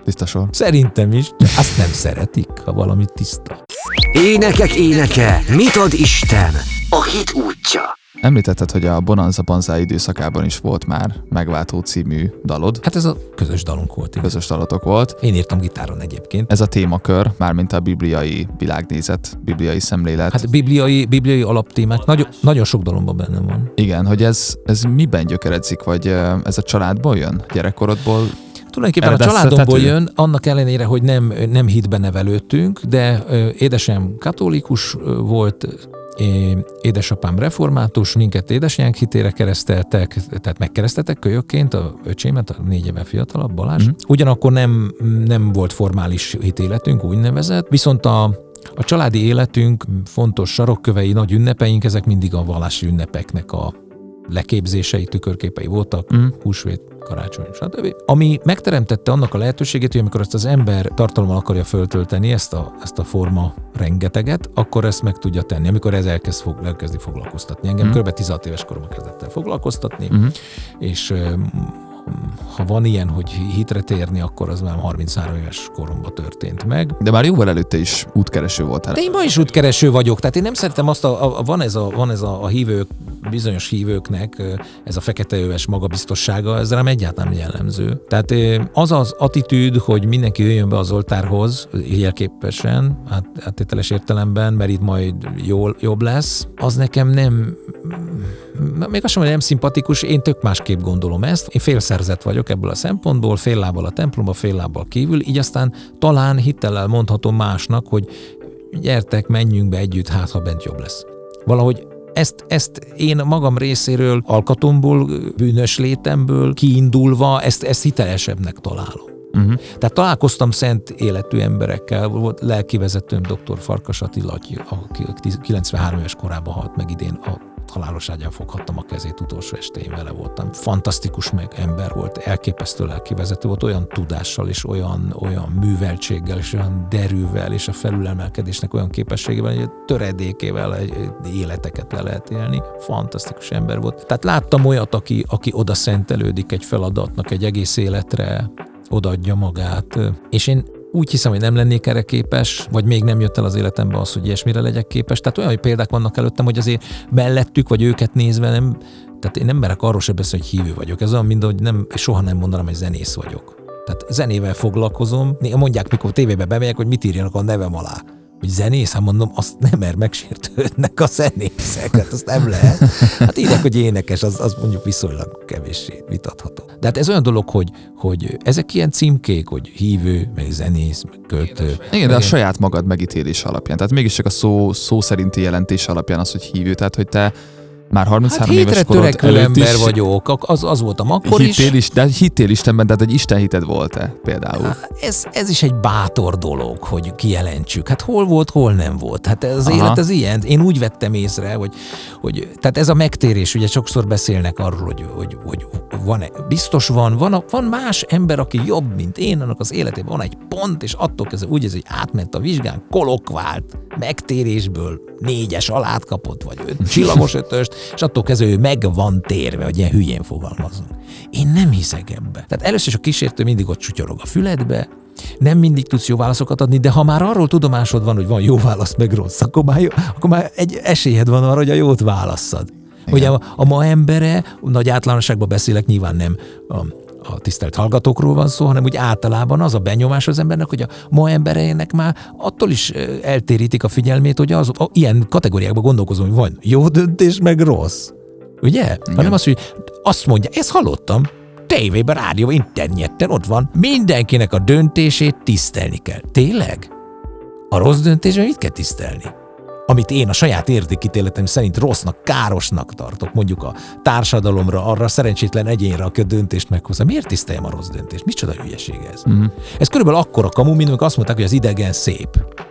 Speaker 2: Tiszta sor.
Speaker 3: Szerintem is, csak azt nem szeretik, ha valami tiszta.
Speaker 1: Énekek éneke, mit ad Isten? A hit útja.
Speaker 2: Említetted, hogy a Bonanza Banzai időszakában is volt már Megváltó című dalod.
Speaker 3: Hát ez a közös dalunk volt. Igen.
Speaker 2: Közös dalotok volt.
Speaker 3: Én írtam gitáron egyébként.
Speaker 2: Ez a témakör, mármint a bibliai világnézet, bibliai szemlélet.
Speaker 3: Hát bibliai, bibliai alaptémák, nagyon, nagyon sok dalomban benne van.
Speaker 2: Igen, hogy ez, ez miben gyökeredzik, vagy ez a családból jön? Gyerekkorodból?
Speaker 3: Tulajdonképpen a családomból jön, annak ellenére, hogy nem, nem hitben nevelődtünk, de édesem katolikus volt, édesapám református, minket édesanyánk hitére kereszteltek, tehát megkereszteltek kölyökként a öcsémet, a négy éve fiatalabb, Balázs. Mm. Ugyanakkor nem, nem volt formális hitéletünk, úgynevezett, viszont a, a családi életünk fontos sarokkövei, nagy ünnepeink, ezek mindig a vallási ünnepeknek a leképzései, tükörképei voltak, mm. húsvét, karácsony, stb. Ami megteremtette annak a lehetőségét, hogy amikor ezt az ember tartalommal akarja föltölteni, ezt a, ezt a forma rengeteget, akkor ezt meg tudja tenni. Amikor ez elkezd fog, elkezdi foglalkoztatni. Engem mm. kb. tizenhat éves koromban kezdett el foglalkoztatni, mm. és ha van ilyen, hogy hitre térni, akkor az már harminchárom éves koromban történt meg.
Speaker 2: De már jóval előtte is útkereső voltál.
Speaker 3: De én ma is útkereső vagyok, tehát én nem szeretem azt, a, a, van ez, a, van ez a, a hívők, bizonyos hívőknek ez a feketeöves magabiztossága, ez rám egyáltalán jellemző. Tehát az az attitűd, hogy mindenki jöjjön be az oltárhoz, jelképesen, hát, áttételes értelemben, mert itt majd jól, jobb lesz, az nekem nem, még azt sem, hogy nem szimpatikus, én tök másképp gondolom ezt. Én félszerzett vagyok ebből a szempontból, fél lábbal a templomba, fél lábbal kívül, így aztán talán hittellel mondhatom másnak, hogy gyertek, menjünk be együtt, hát ha bent jobb lesz. Valahogy Ezt, ezt én magam részéről, alkatomból, bűnös létemből kiindulva, ezt, ezt hitelesebbnek találom. Uh-huh. Tehát találkoztam szent életű emberekkel, volt lelkivezetőm dr. Farkas Attila, aki kilencvenhárom éves korában halt meg idén, a halálos ágyán foghattam a kezét, utolsó estén vele voltam. Fantasztikus meg ember volt, elképesztő lelkivezető volt, olyan tudással és olyan, olyan műveltséggel és olyan derűvel és a felülemelkedésnek olyan képességével, hogy töredékével életeket le lehet élni. Fantasztikus ember volt. Tehát láttam olyat, aki, aki oda szentelődik egy feladatnak, egy egész életre, odaadja magát, és én úgy hiszem, hogy nem lennék erre képes, vagy még nem jött el az életembe az, hogy ilyesmire legyek képes. Tehát olyan példák vannak előttem, hogy azért mellettük, vagy őket nézve nem, tehát én nem merek arról sem beszélni, hogy hívő vagyok. Ez olyan, mint hogy nem, soha nem mondanám, hogy zenész vagyok. Tehát zenével foglalkozom. Mondják, mikor tévébe bemegyek, hogy mit írjanak a nevem alá. Hogy zenész, hát mondom, azt nem, mert megsértődnek a zenészek, hát azt nem lehet. Hát írják, hogy énekes, az, az mondjuk viszonylag kevéssé vitatható. De hát ez olyan dolog, hogy, hogy ezek ilyen címkék, hogy hívő, meg zenész, meg költő.
Speaker 2: Igen, meg de a saját magad megítélés alapján. Tehát mégis csak a szó, szó szerinti jelentés alapján az, hogy hívő. Tehát, hogy te már harminchárom
Speaker 3: hát
Speaker 2: éves korod előtt
Speaker 3: ember
Speaker 2: is
Speaker 3: vagyok, az, az voltam akkor
Speaker 2: hittél
Speaker 3: is.
Speaker 2: is. De hittél Istenben, tehát egy istenhited volt-e például?
Speaker 3: Hát ez, ez is egy bátor dolog, hogy kijelentsük. Hát hol volt, hol nem volt. Hát az Aha. élet az ilyen. Én úgy vettem észre, hogy, hogy tehát ez a megtérés, ugye sokszor beszélnek arról, hogy, hogy, hogy van, biztos van, van, van más ember, aki jobb, mint én, annak az életében van egy pont, és attól kezdve úgy ez, hogy átment a vizsgán, kolokvált, megtérésből négyes alát kapott, vagy öt, csillagos ötöst, és attól kezdve ő meg van térve, hogy ilyen hülyén fogalmazunk. Én nem hiszek ebbe. Tehát először is a kísértő mindig ott csutyorog a füledbe, nem mindig tudsz jó válaszokat adni, de ha már arról tudomásod van, hogy van jó válasz, meg rossz, akkor már, jó, akkor már egy esélyed van arra, hogy a jót válasszad. Ugye a, a ma embere, nagy általánosságban beszélek, nyilván nem a, a tisztelt hallgatókról van szó, hanem úgy általában az a benyomás az embernek, hogy a ma embereinek már attól is eltérítik a figyelmét, hogy az, a, ilyen kategóriákban gondolkozom, hogy van jó döntés, meg rossz. Ugye? Igen. Hanem az, hogy azt mondja, ezt hallottam, tévében, rádióban, interneten, ott van, mindenkinek a döntését tisztelni kell. Tényleg? A rossz döntésben mit kell tisztelni? Amit én a saját értékítéletem szerint rossznak, károsnak tartok, mondjuk a társadalomra, arra a szerencsétlen egyénre, aki a döntést meghozza. Miért tiszteljem a rossz döntést? Micsoda hülyeség ez? Mm. Ez körülbelül akkora kamu, mint amikor azt mondták, hogy az idegen szép.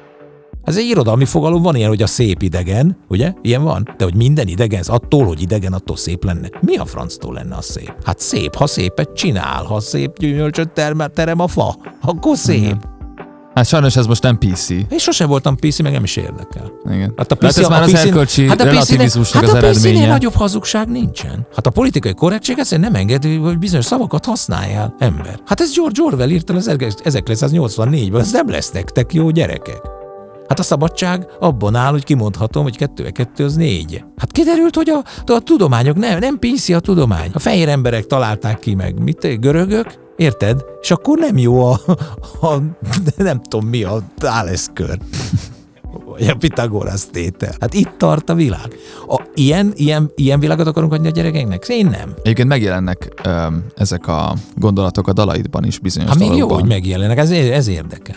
Speaker 3: Ez egy irodalmi fogalom, van ilyen, hogy a szép idegen, ugye? Ilyen van? De hogy minden idegen, ez attól, hogy idegen, attól szép lenne. Mi a franctól lenne a szép? Hát szép, ha szépet csinál, ha szép gyümölcsöt terem a fa, akkor szép. Mm.
Speaker 2: Hát sajnos ez most nem pé cé.
Speaker 3: Én sose voltam pé cé, meg nem is érdekel.
Speaker 2: Igen.
Speaker 3: Hát a
Speaker 2: pé cé, ez már az erkölcsi hát relativizmusnak
Speaker 3: hát
Speaker 2: az eredménye. Hát a pé cénél
Speaker 3: nagyobb hazugság nincsen. Hát a politikai korrektség egyszerűen nem engedi, hogy bizonyos szavakat használjál, ember. Hát ez George Orwell írta az ezerkilencszáznyolcvannégyben, ez nem lesz nektek jó gyerekek. Hát a szabadság abban áll, hogy kimondhatom, hogy kettő kettő az négy. Hát kiderült, hogy a, a tudományok nem, nem pé cé a tudomány. A fehér emberek találták ki meg, mit, görögök, érted? És akkor nem jó a, a nem tudom mi, a Thales-kör. Vagy a Pitagorasz tétel. Hát itt tart a világ. A, ilyen, ilyen, ilyen világot akarunk adni a gyerekeinknek? Én nem.
Speaker 2: Egyébként megjelennek öm, ezek a gondolatok a dalaidban is bizonyos
Speaker 3: hát
Speaker 2: dolgokban.
Speaker 3: Még jó, hogy megjelennek, ez, ez érdekel.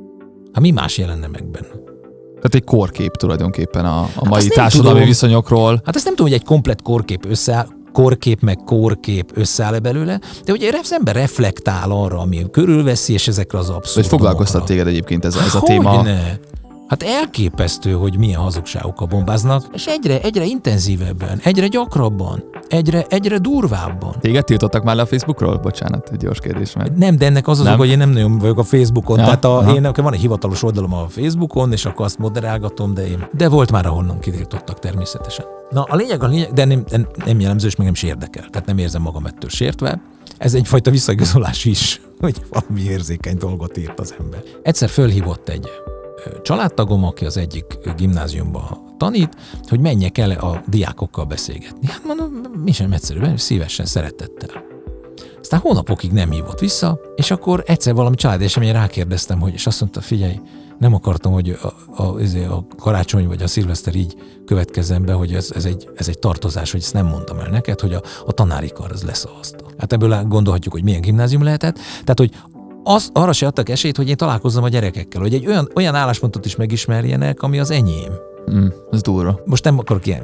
Speaker 3: Hát mi más jelenne meg benne?
Speaker 2: Tehát egy korkép tulajdonképpen a, a
Speaker 3: hát
Speaker 2: mai társadalmi tudom. viszonyokról.
Speaker 3: Hát ezt nem tudom, hogy egy komplett korkép összeáll, korkép meg kórkép összeáll -e de ugye az ember reflektál arra, ami körülveszi, és ezekre az abszurd.
Speaker 2: Hogy foglalkoztat téged egyébként ez, ez a téma?
Speaker 3: Hogyne? Hát elképesztő, hogy milyen hazugságokkal bombáznak, és egyre, egyre intenzívebben, egyre gyakrabban, egyre, egyre durvábban.
Speaker 2: Téged tiltottak már le a Facebookról? Bocsánat, egy gyors kérdés. Mert...
Speaker 3: Nem, de ennek az az, hogy én nem nagyon vagyok a Facebookon. Ja, tehát a, én, van egy hivatalos oldalom a Facebookon, és akkor azt moderálgatom, de én... De volt már, ahonnan kitiltottak természetesen. Na, a lényeg, a lényeg, de nem, nem, nem jellemző, és meg nem is érdekel. Tehát nem érzem magam ettől sértve. Ez egyfajta visszaigazolás is, hogy valami érzékeny dolgot írt az ember. Egyszer fölhívott egy családtagom, aki az egyik gimnáziumban tanít, hogy menjek el a diákokkal beszélgetni. Hát mondom, mi sem egyszerűen, szívesen, szeretettel. Aztán hónapokig nem hívott vissza, és akkor egyszer valami családi eseményre rákérdeztem, hogy, és azt mondta, figyelj, nem akartam, hogy a, a, a karácsony vagy a szilveszter így következzen be, hogy ez, ez, egy, ez egy tartozás, hogy ezt nem mondtam el neked, hogy a, a tanári kar az leszavazta. Hát ebből gondolhatjuk, hogy milyen gimnázium lehetett. Tehát, hogy az, arra se adtak esélyt, hogy én találkozzam a gyerekekkel, hogy egy olyan, olyan álláspontot is megismerjenek, ami az enyém.
Speaker 2: Mm, ez durva.
Speaker 3: Most nem akarok ilyen,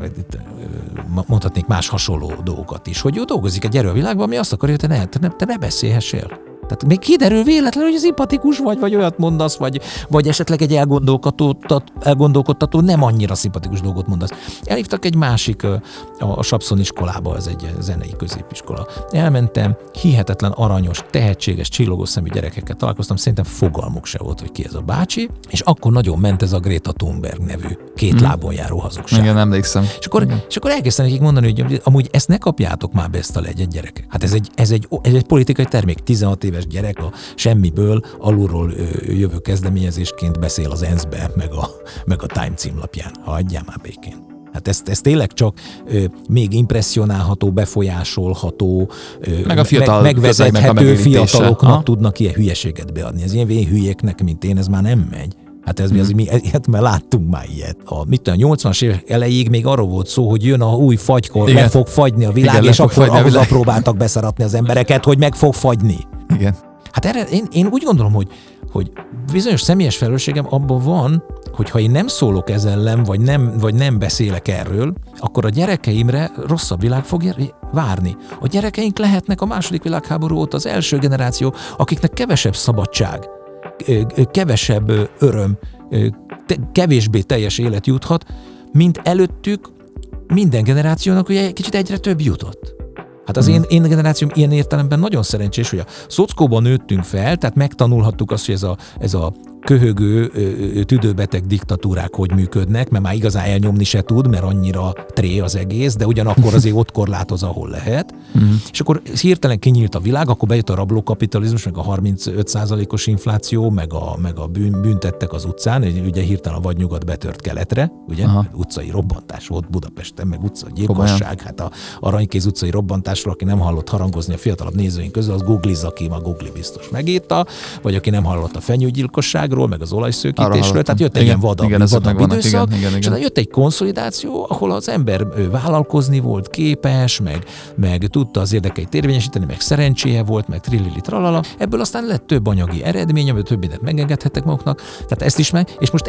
Speaker 3: mondhatnék más hasonló dolgokat is, hogy ő dolgozik egy erő a világban, ami azt akarja, hogy te ne, te ne, te ne beszélhessél. Tehát még kiderül véletlenül, hogy szimpatikus vagy, vagy olyat mondasz, vagy, vagy esetleg egy elgondolkodtató, nem annyira szimpatikus dolgot mondasz. Elhívtak egy másik, a, a Sapszon iskolába, ez egy zenei középiskola. Elmentem, hihetetlen aranyos, tehetséges, csillogó szemű gyerekekkel találkoztam, szerintem fogalmuk se volt, hogy ki ez a bácsi, és akkor nagyon ment ez a Greta Thunberg nevű két hmm. lábon járó hazugság.
Speaker 2: Igen, emlékszem.
Speaker 3: És akkor, és akkor elkezdtem nekik mondani, hogy amúgy ezt ne kapjátok már be, ezt a legyet, gyerekek. Hát ez egy, ez egy, ez egy politikai termék, tizenhat éves gyerek a semmiből alulról jövő kezdeményezésként beszél az ENSZ-be, meg a, meg a Time címlapján. Hagyjál már békén. Hát ez, ez tényleg csak ö, még impresszionálható, befolyásolható, ö,
Speaker 2: meg a fiatal
Speaker 3: meg, megvezethető fiataloknak
Speaker 2: ha?
Speaker 3: tudnak ilyen hülyeséget beadni. Az ilyen hülyéknek, mint én, ez már nem megy. Hát ez hmm. mi az, mi ilyet, mert láttunk már ilyet. A, mit tudom, a nyolcvanas évek elejéig még arról volt szó, hogy jön a új fagykor, meg fog fagyni a világ, igen, és akkor ahhoz próbáltak beszaratni az embereket, hogy meg fog fagyni.
Speaker 2: Igen.
Speaker 3: Hát erre én, én úgy gondolom, hogy, hogy bizonyos személyes felelősségem abban van, hogy ha én nem szólok ez ellen, vagy nem, vagy nem beszélek erről, akkor a gyerekeimre rosszabb világ fog várni. A gyerekeink lehetnek a második világháború óta az első generáció, akiknek kevesebb szabadság, kevesebb öröm, kevésbé teljes élet juthat, mint előttük minden generációnak ugye kicsit egyre több jutott. Hát az hmm. én, én generációm ilyen értelemben nagyon szerencsés, hogy a szockóban nőttünk fel, tehát megtanulhattuk azt, hogy ez a, ez a köhögő, tüdőbeteg diktatúrák hogy működnek, mert már igazán elnyomni se tud, mert annyira tré az egész, de ugyanakkor azért ott korlátoz, ahol lehet. Hmm. És akkor hirtelen kinyílt a világ, akkor bejött a rablókapitalizmus, meg a harmincöt százalékos infláció, meg a, meg a bűn, büntettek az utcán, ugye hirtelen a vadnyugat betört keletre, ugye? Aha. Utcai robbantás volt Budapesten, meg utcagyilkosság, hát a Aranykéz utcai robbantásról, aki nem hallott harangozni a fiatalabb nézőink közül, az googlizza ki, ma Google biztos megírta, vagy aki nem hallott a fenyőgyilkosságról, meg az olajszőkítésről, tehát jött egy igen, ilyen vadabb, igen, vadabb időszak, igen, igen, igen. És aztán jött egy konszolidáció, ahol az ember vállalkozni volt képes, meg, meg tudta az érdekeit érvényesíteni, meg szerencséje volt, meg trillili tralala. Ebből aztán lett több anyagi eredmény, amiből több mindent megengedhettek maguknak, tehát ezt is meg, és most el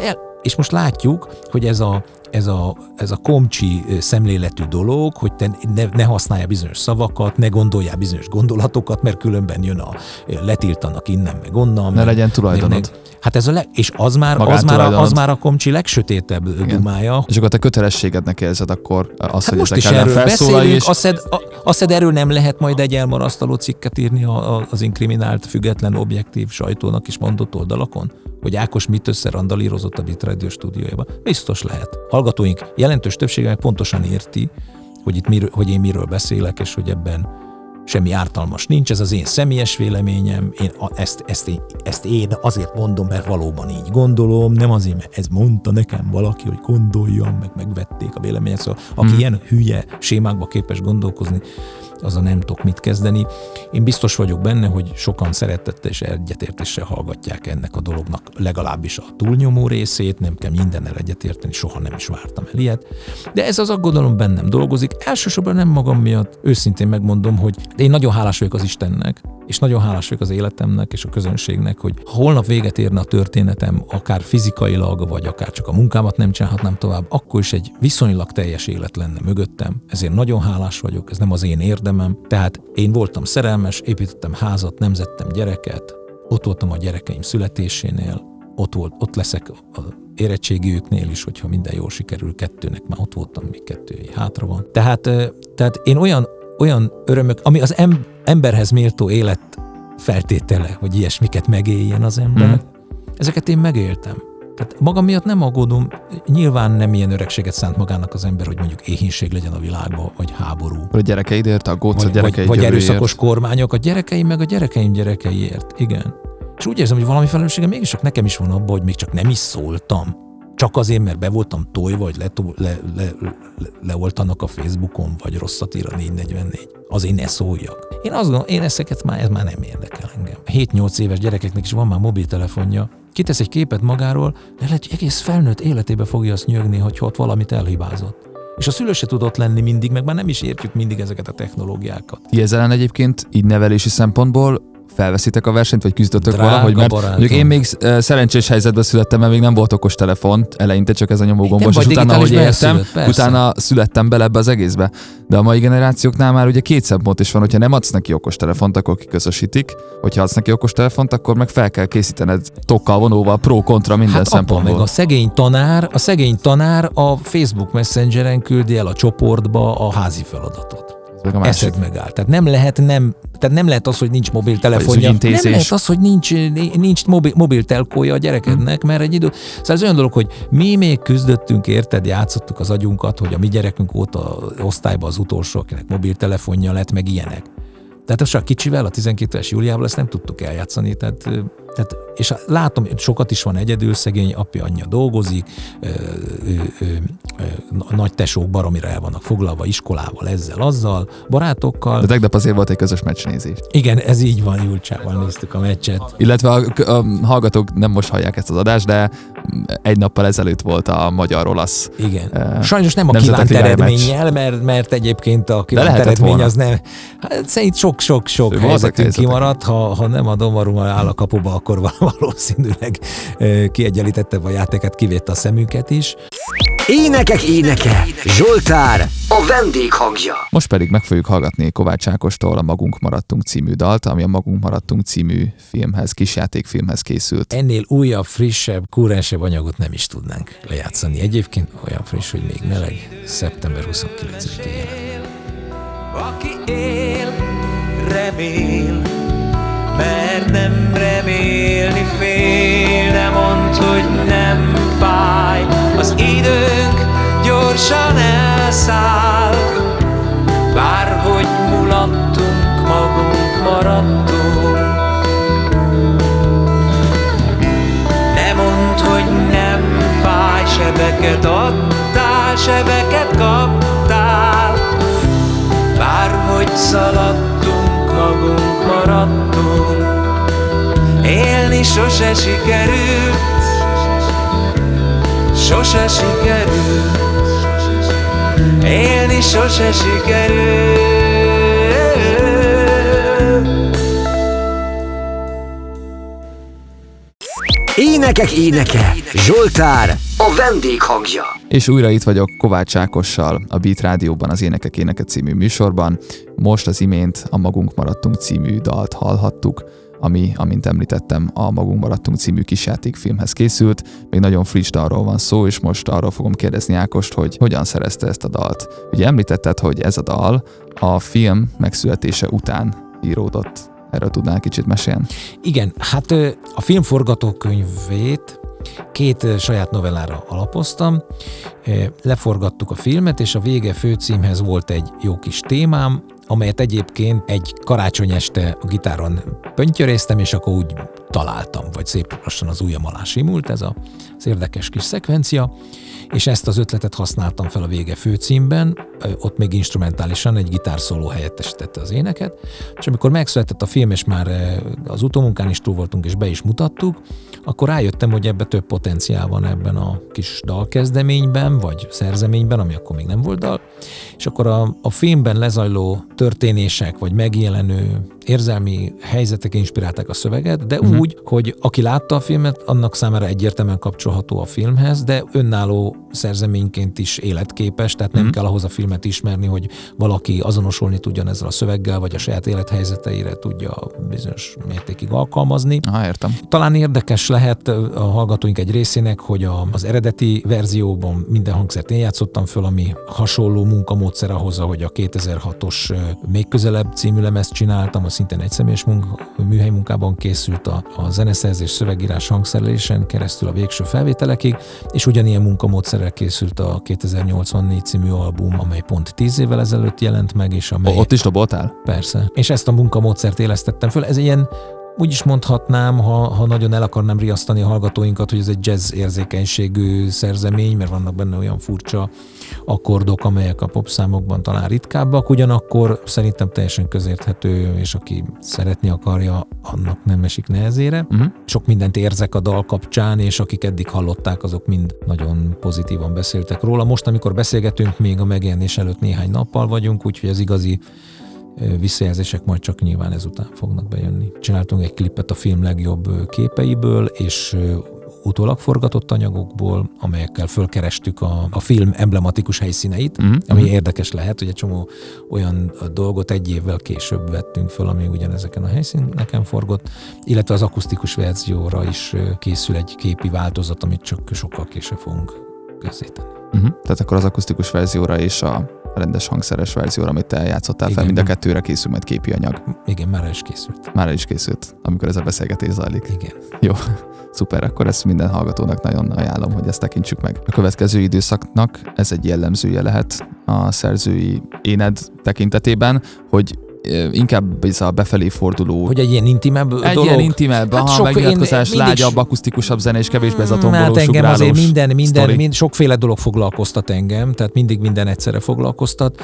Speaker 3: És most látjuk, hogy ez a, ez a, ez a komcsi szemléletű dolog, hogy te ne, ne használja bizonyos szavakat, ne gondoljál bizonyos gondolatokat, mert különben jön a letiltanak innen, meg onnan.
Speaker 2: Ne
Speaker 3: meg,
Speaker 2: legyen tulajdonod.
Speaker 3: Meg, hát ez a le, és az már, az, már a, az már a komcsi legsötétebb
Speaker 2: Igen.
Speaker 3: dumája.
Speaker 2: És akkor te kötelességednek érzed akkor az,
Speaker 3: Hát
Speaker 2: hogy
Speaker 3: most
Speaker 2: ezek
Speaker 3: is
Speaker 2: ellen
Speaker 3: erről
Speaker 2: felszólalj,
Speaker 3: beszélünk,
Speaker 2: és...
Speaker 3: azt szed, azt szed erről nem lehet majd egy elmarasztaló cikket írni a, a, az inkriminált, független, objektív sajtónak is mondott oldalakon? Hogy Ákos mit összerandalírozott a Beat Radio stúdiójában? Biztos lehet. Hallgatóink jelentős többsége meg pontosan érti, hogy, itt miről, hogy én miről beszélek, és hogy ebben semmi ártalmas nincs, ez az én személyes véleményem, én ezt, ezt, én, ezt én azért mondom, mert valóban így gondolom, nem azért, mert ez mondta nekem valaki, hogy gondoljam, meg megvették a véleményet, szóval aki hmm. ilyen hülye sémákba képes gondolkozni, azzal nem tudok mit kezdeni. Én biztos vagyok benne, hogy sokan szeretettel és egyetértéssel hallgatják ennek a dolognak legalábbis a túlnyomó részét, nem kell mindennel egyetérteni, soha nem is vártam el ilyet. De ez az aggodalom bennem dolgozik. Elsősorban nem magam miatt, őszintén megmondom, hogy én nagyon hálás vagyok az Istennek, és nagyon hálás vagyok az életemnek és a közönségnek, hogy holnap véget érne a történetem, akár fizikailag, vagy akár csak a munkámat nem csinálhatnám tovább, akkor is egy viszonylag teljes élet lenne mögöttem. Ezért nagyon hálás vagyok, ez nem az én érdemem. Tehát én voltam szerelmes, építettem házat, nemzettem gyereket, ott voltam a gyerekeim születésénél, ott, volt, ott leszek az érettségiüknél is, hogyha minden jól sikerül, kettőnek már ott voltam, még kettő hátra van. Tehát, tehát én olyan, olyan örömök, ami az em, emberhez méltó élet feltétele, hogy ilyesmiket megéljen az ember, mm. ezeket én megéltem. Tehát magam miatt nem aggódom, nyilván nem ilyen öregséget szánt magának az ember, hogy mondjuk éhínség legyen a világban, vagy háború.
Speaker 2: A gyerekeidért, aggódsz a gyerekeid
Speaker 3: Vagy, vagy erőszakos
Speaker 2: jövőért.
Speaker 3: kormányok, a gyerekeim meg a gyerekeim gyerekeiért, igen. És úgy érzem, hogy valami felelősségem mégis csak nekem is van abban, hogy még csak nem is szóltam. Csak azért, mert be voltam tojva, vagy le, le, le, le, leoltanak a Facebookon, vagy rosszat ír a négy negyvennégy. Azért ne szóljak. Én azt gondolom, én ezeket már, ez már nem érdekel engem. hét-nyolc éves gyerekeknek is van már mobiltelefonja. Kitesz egy képet magáról, de lehet, hogy egész felnőtt életébe fogja azt nyögni, hogy ott valamit elhibázott. És a szülő se tudott lenni mindig, meg már nem is értjük mindig ezeket a technológiákat.
Speaker 2: Ti ezzel ellen egyébként így nevelési szempontból felveszitek a versenyt, vagy küzdötök
Speaker 3: Drága
Speaker 2: valahogy, mert
Speaker 3: barátom.
Speaker 2: mondjuk én még szerencsés helyzetben születtem, mert még nem volt okos telefon, eleinte csak ez a nyomógombos,
Speaker 3: Nem
Speaker 2: és
Speaker 3: vagy
Speaker 2: utána, ahogy
Speaker 3: digitális
Speaker 2: értem,
Speaker 3: benszülött, persze.
Speaker 2: utána születtem bele ebbe az egészbe. De a mai generációknál már ugye két szempont is van, hogyha nem adsz neki okos telefont, akkor kiközösítik, hogyha adsz neki okos telefont, akkor meg fel kell készítened tokkal, vonóval, pro-kontra minden
Speaker 3: Hát
Speaker 2: szempontból.
Speaker 3: meg a szegény tanár, a szegény tanár a Facebook Messengeren küldi el a csoportba a házi feladatot. Eszed megáll. Tehát nem lehet nem, tehát nem lehet az, hogy nincs mobiltelefonja. Nem lehet az, hogy nincs, nincs mobil, mobiltelkója a gyerekednek, mert egy idő... Szóval ez olyan dolog, hogy mi még küzdöttünk, érted, játszottuk az agyunkat, hogy a mi gyerekünk volt a osztályban az utolsó, akinek mobiltelefonja lett, meg ilyenek. Tehát az csak kicsivel, a tizenkét éves Júliával ezt nem tudtuk eljátszani, tehát, tehát, és látom, sokat is van egyedül, szegény apja, anyja dolgozik, ö, ö, ö, ö, nagy tesók baromira el vannak foglalva iskolával, ezzel, azzal, barátokkal.
Speaker 2: De tegnap azért volt egy közös meccsnézés.
Speaker 3: Igen, ez így van, Julcsával néztük a meccset.
Speaker 2: Illetve a, a hallgatók nem most hallják ezt az adást, de egy nappal ezelőtt volt a magyar-olasz.
Speaker 3: Igen. Sajnos nem a kívánt eredménnyel, mert, mert egyébként a kívánt eredmény volna. Az nem. Hát szerint sok-sok-sok helyzetünk kimaradt, ha, ha nem a Donnarumma áll a kapuba, akkor valószínűleg kiegyenlítettebb a játéket, kivétte a szemünket is.
Speaker 1: Énekek éneke, Zsoltár, a vendéghangja.
Speaker 2: Most pedig meg fogjuk hallgatni Kovács Ákostól a Magunk maradtunk című dalt, ami a Magunk maradtunk című filmhez, kisjátékfilmhez készült.
Speaker 3: Ennél újabb, frissebb, kúrensebb anyagot nem is tudnánk lejátszani. Egyébként olyan friss, hogy még meleg, szeptember huszonkilencedikén jelent.
Speaker 4: Aki él, remél, mert nem remélni fél, de mondd, hogy nem fáj, az időnk gyorsan elszáll, bárhogy mulattunk, magunk maradtunk. Ne mondd, hogy nem fáj, sebeket adtál, sebeket kaptál, bárhogy szaladtunk, magunk maradtunk. Élni sose sikerült, sose sikerült, élni sose sikerült.
Speaker 1: Énekek éneke, Zsoltár, a a vendéghangja.
Speaker 2: És újra itt vagyok Kovács Ákossal a Beat Rádióban, az Énekek Éneke című műsorban. Most az imént a Magunk Maradtunk című dalt hallhattuk, ami, amint említettem, a Magunk Maradtunk című kisjátékfilmhez készült. Még nagyon friss dalról van szó, és most arról fogom kérdezni Ákost, hogy hogyan szerezte ezt a dalt. Ugye említetted, hogy ez a dal a film megszületése után íródott. Erről tudnál kicsit mesélni?
Speaker 3: Igen, hát a film forgatókönyvét két saját novellára alapoztam, leforgattuk a filmet, és a vége főcímhez volt egy jó kis témám, amelyet egyébként egy karácsony este a gitáron pöntjöréztem, és akkor úgy találtam, vagy szép lassan az ujjam alá simult ez a, az érdekes kis szekvencia, és ezt az ötletet használtam fel a vége főcímben, ott még instrumentálisan egy gitárszóló helyettesítette az éneket, és amikor megszületett a film, és már az utómunkán is túl voltunk, és be is mutattuk, akkor rájöttem, hogy ebbe több potenciál van ebben a kis dalkezdeményben, vagy szerzeményben, ami akkor még nem volt dal, és akkor a, a filmben lezajló történések, vagy megjelenő érzelmi helyzetek inspirálták a szöveget, de uh-huh. úgy, hogy aki látta a filmet, annak számára egyértelműen kapcsolható a filmhez, de önálló szerzeményként is életképes, tehát nem uh-huh. kell ahhoz a filmet ismerni, hogy valaki azonosulni tudjon ezzel a szöveggel, vagy a saját élethelyzeteire tudja bizonyos mértékig alkalmazni.
Speaker 2: Ah, értem.
Speaker 3: Talán érdekes lehet a hallgatóink egy részének, hogy a, az eredeti verzióban minden hangszert én játszottam föl, ami hasonló munkamódszer ahhoz, ahogy a kétezer-hatos Még közelebb című lemezt csináltam, a szintén egyszemélyes munka, műhely munkában készült a, a zeneszerzés, szövegírás, hangszerelésen keresztül a végső felvételekig, és ugyanilyen munkamódszerrel készült a kétezer-nyolcvannégy című album, amely pont tíz évvel ezelőtt jelent meg, és amely...
Speaker 2: Ott is doboltál?
Speaker 3: Persze. És ezt a munkamódszert élesztettem föl. Ez ilyen, úgy is mondhatnám, ha, ha nagyon el akarnám riasztani a hallgatóinkat, hogy ez egy jazz érzékenységű szerzemény, mert vannak benne olyan furcsa akkordok, amelyek a popszámokban talán ritkábbak, ugyanakkor szerintem teljesen közérthető, és aki szeretni akarja, annak nem esik nehezére. Uh-huh. Sok mindent érzek a dal kapcsán, és akik eddig hallották, azok mind nagyon pozitívan beszéltek róla. Most, amikor beszélgetünk, még a megjelenés előtt néhány nappal vagyunk, úgyhogy az igazi visszajelzések majd csak nyilván ezután fognak bejönni. Csináltunk egy klipet a film legjobb képeiből, és utólag forgatott anyagokból, amelyekkel fölkerestük a, a film emblematikus helyszíneit, mm-hmm. ami érdekes lehet, hogy egy csomó olyan dolgot egy évvel később vettünk föl, ami ugyanezeken a helyszíneken forgott, illetve az akusztikus verzióra is készül egy képi változat, amit csak sokkal később fogunk közzétenni.
Speaker 2: Uh-huh. Tehát akkor az akusztikus verzióra és a rendes hangszeres verzióra, amit te játszottál fel, mind a kettőre készül majd képi anyag.
Speaker 3: Igen, már el is készült.
Speaker 2: Már el is készült, amikor ez a beszélgetés zajlik.
Speaker 3: Igen.
Speaker 2: Jó, szuper, akkor ezt minden hallgatónak nagyon ajánlom, hogy ezt tekintsük meg. A következő időszaknak ez egy jellemzője lehet a szerzői éned tekintetében, hogy inkább ez a befelé forduló...
Speaker 3: Hogy egy ilyen intimebb
Speaker 2: egy
Speaker 3: dolog?
Speaker 2: Egy ilyen intimebb, hát aha, megnyilatkozás, lágyabb, akusztikuszikusabb zene, és kevésbé ez a tombolós,
Speaker 3: hát engem
Speaker 2: ugrálós
Speaker 3: azért minden, minden, minden, sokféle dolog foglalkoztat engem, tehát mindig minden egyszerre foglalkoztat.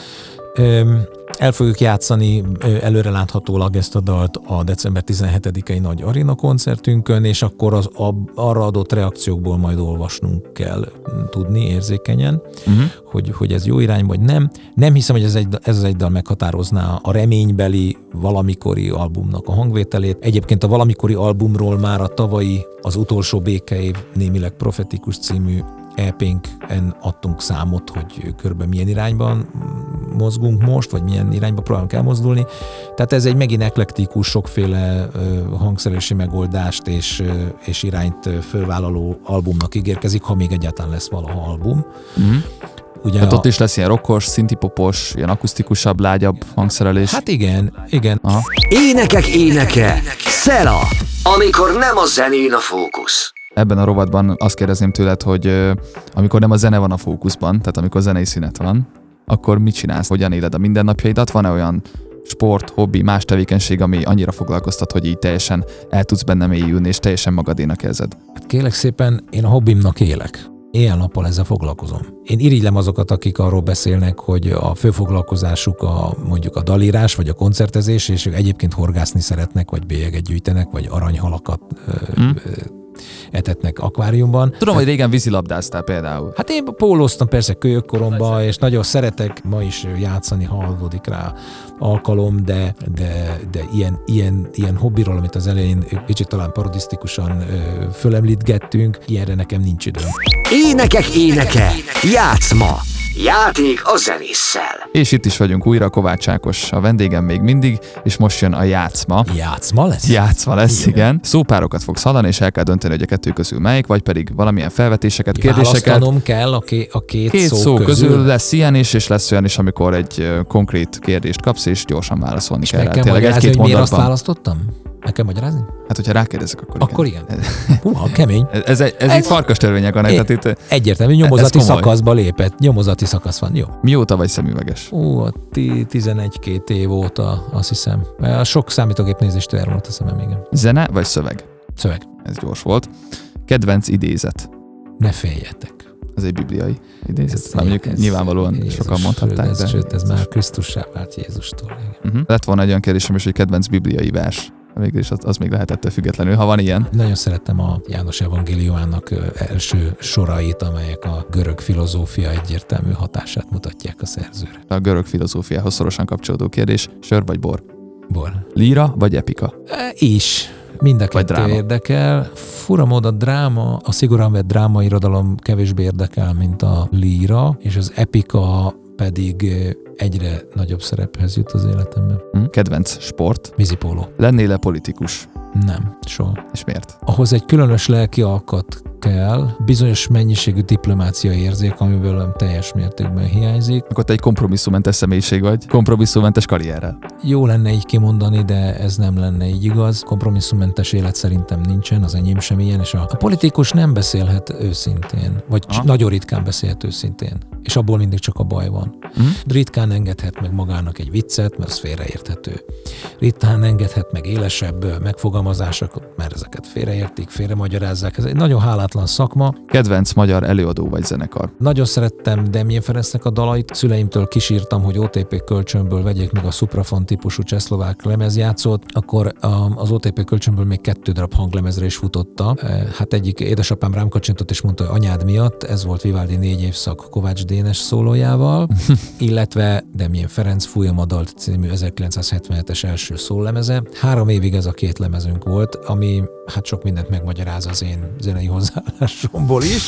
Speaker 3: El fogjuk játszani előreláthatólag ezt a dalt a december tizenhetedikei nagy aréna koncertünkön, és akkor az a, arra adott reakciókból majd olvasnunk kell tudni érzékenyen, uh-huh. hogy, hogy ez jó irány, vagy nem. Nem hiszem, hogy ez, egy, ez az egy dal meghatározná a reménybeli valamikori albumnak a hangvételét. Egyébként a valamikori albumról már a tavalyi, az utolsó békeév némileg profetikus című é pénken adtunk számot, hogy körbe milyen irányban mozgunk most, vagy milyen irányba próbálunk elmozdulni. Tehát ez egy megint eklektikus, sokféle hangszerelési megoldást és, és irányt fölvállaló albumnak ígérkezik, ha még egyáltalán lesz valaha album. Mm.
Speaker 2: Ugye hát a... ott is lesz ilyen rockos, szintipopos, ilyen akusztikusabb, lágyabb hangszerelés.
Speaker 3: Hát igen, igen.
Speaker 2: Aha.
Speaker 1: Énekek éneke, Szela, amikor nem a zenén a fókusz.
Speaker 2: Ebben a rovatban azt kérdezném tőled, hogy euh, amikor nem a zene van a fókuszban, tehát amikor zenei szünet van, akkor mit csinálsz? Hogyan éled a mindennapjaidat? Van-e olyan sport, hobbi, más tevékenység, ami annyira foglalkoztat, hogy így teljesen el tudsz benne mélyülni, és teljesen magadénak érzed?
Speaker 3: Hát kérlek szépen, én a hobbimnak élek. Éjjel-nappal ezzel foglalkozom. Én irigylem azokat, akik arról beszélnek, hogy a fő foglalkozásuk a, mondjuk a dalírás, vagy a koncertezés, és ők egyébként horgászni szeretnek, vagy bélyeget gyűjtenek, vagy aranyhalakat mm. etetnek akváriumban.
Speaker 2: Tudom, hogy régen vízilabdáztál például.
Speaker 3: Hát én pólóztam persze kölyökkoromban, és nagyon szeretek ma is játszani, ha adódik rá alkalom, de, de, de ilyen, ilyen, ilyen hobbiról, amit az elején kicsit talán parodisztikusan ö, fölemlítgettünk, ilyenre nekem nincs időm.
Speaker 1: Énekek éneke, játszma, játék a zenésszel.
Speaker 2: És itt is vagyunk újra, Kovács Ákos a vendégem még mindig, és most jön a játszma.
Speaker 3: Játszma lesz?
Speaker 2: Játszma lesz, igen. igen. Szópárokat fogsz hallani, és el kell dönteni, hogy a kettő közül melyik, vagy pedig valamilyen felvetéseket, kérdéseket.
Speaker 3: Választanom kell a, ké- a két,
Speaker 2: két
Speaker 3: szó,
Speaker 2: szó közül.
Speaker 3: közül.
Speaker 2: Lesz ilyen is, és lesz olyan is, amikor egy uh, konkrét kérdést kapsz, és gyorsan válaszolni
Speaker 3: És
Speaker 2: kell.
Speaker 3: meg kell
Speaker 2: Tényleg
Speaker 3: magyarázni,
Speaker 2: egy-két
Speaker 3: hogy miért azt
Speaker 2: mondatban.
Speaker 3: választottam? Meg kell magyarázni?
Speaker 2: Hát, hogyha rákérdezek, akkor,
Speaker 3: Akkor igen. Húha, kemény.
Speaker 2: Ez, ez, ez, ez
Speaker 3: Ez-
Speaker 2: itt farkas törvények van. Tehát itt,
Speaker 3: Egyértelmű, nyomozati
Speaker 2: ez komoly.
Speaker 3: szakaszba lépett. Nyomozati szakasz van, jó.
Speaker 2: mióta vagy szemüveges?
Speaker 3: Ú, a ti- tizenegy-két év óta, azt hiszem. A sok számítógép nézést elmúlt a szemem, igen.
Speaker 2: Zene vagy szöveg?
Speaker 3: Szöveg.
Speaker 2: Ez gyors volt. Kedvenc idézet.
Speaker 3: Ne féljetek.
Speaker 2: Ez egy bibliai idézet.
Speaker 3: Ez-
Speaker 2: Már mondjuk
Speaker 3: ez-
Speaker 2: nyilvánvalóan
Speaker 3: Jézus,
Speaker 2: sokan mondhatták,
Speaker 3: ez,
Speaker 2: de...
Speaker 3: Sőt, ez már Krisztussá vált Jézustól. Igen.
Speaker 2: Uh-huh. Lett volna egy olyan kérdésem is, hogy kedvenc bibliai vers. Végül is az, az még lehet ettől függetlenül, ha van ilyen.
Speaker 3: Nagyon szerettem a János evangéliumának ö, első sorait, amelyek a görög filozófia egyértelmű hatását mutatják a szerzőre.
Speaker 2: A görög filozófiához szorosan kapcsolódó kérdés. Sör vagy bor?
Speaker 3: Bor.
Speaker 2: Líra vagy epika?
Speaker 3: E, is. Mind a kettő
Speaker 2: dráma.
Speaker 3: érdekel. Fura mód a dráma, a szigorúan vett drámairodalom kevésbé érdekel, mint a líra, és az epika pedig ö, egyre nagyobb szerephez jut az életemben.
Speaker 2: Hm? Kedvenc sport?
Speaker 3: Vízipóló.
Speaker 2: Lennél-e politikus?
Speaker 3: Nem, soha.
Speaker 2: És miért?
Speaker 3: Ahhoz egy különös lelki alkat kell, bizonyos mennyiségű diplomáciai érzék, amiből teljes mértékben hiányzik.
Speaker 2: Akkor te egy kompromisszummentes személyiség vagy, kompromisszummentes karrierrel.
Speaker 3: Jó lenne így kimondani, de ez nem lenne így igaz. Kompromisszummentes élet szerintem nincsen, az enyém sem ilyen, és a, a politikus nem beszélhet őszintén, vagy
Speaker 2: Aha.
Speaker 3: nagyon ritkán beszélhet őszintén, és abból mindig csak a baj van.
Speaker 2: Hm?
Speaker 3: Ritkán engedhet meg magának egy viccet, mert az félreérthető. Ritkán engedhet meg élesebb megfogalmazásokat, mert ezeket félreértik, félremagyarázzák. Ez egy nagyon hálátlan szakma.
Speaker 2: Kedvenc magyar előadó vagy zenekar?
Speaker 3: Nagyon szerettem Demjén Ferencnek a dalait. Szüleimtől kísírtam, hogy o té pé kölcsönből vegyék meg a Suprafon típusú csehszlovák lemezjátszót, akkor az o té pé kölcsönből még kettő darab hanglemezre is futotta. Hát egyik édesapám rám kacsintott és mondta, hogy anyád miatt, ez volt Vivaldi négy évszak Kovács Dénes szólójával, illetve Demjén Ferenc Fújjam a dalt című ezerkilencszázhetvenhetes első szóllemeze. Három évig ez a két lemezünk volt, ami hát sok mindent megmagyaráz az én zenei hozzáállásomból is.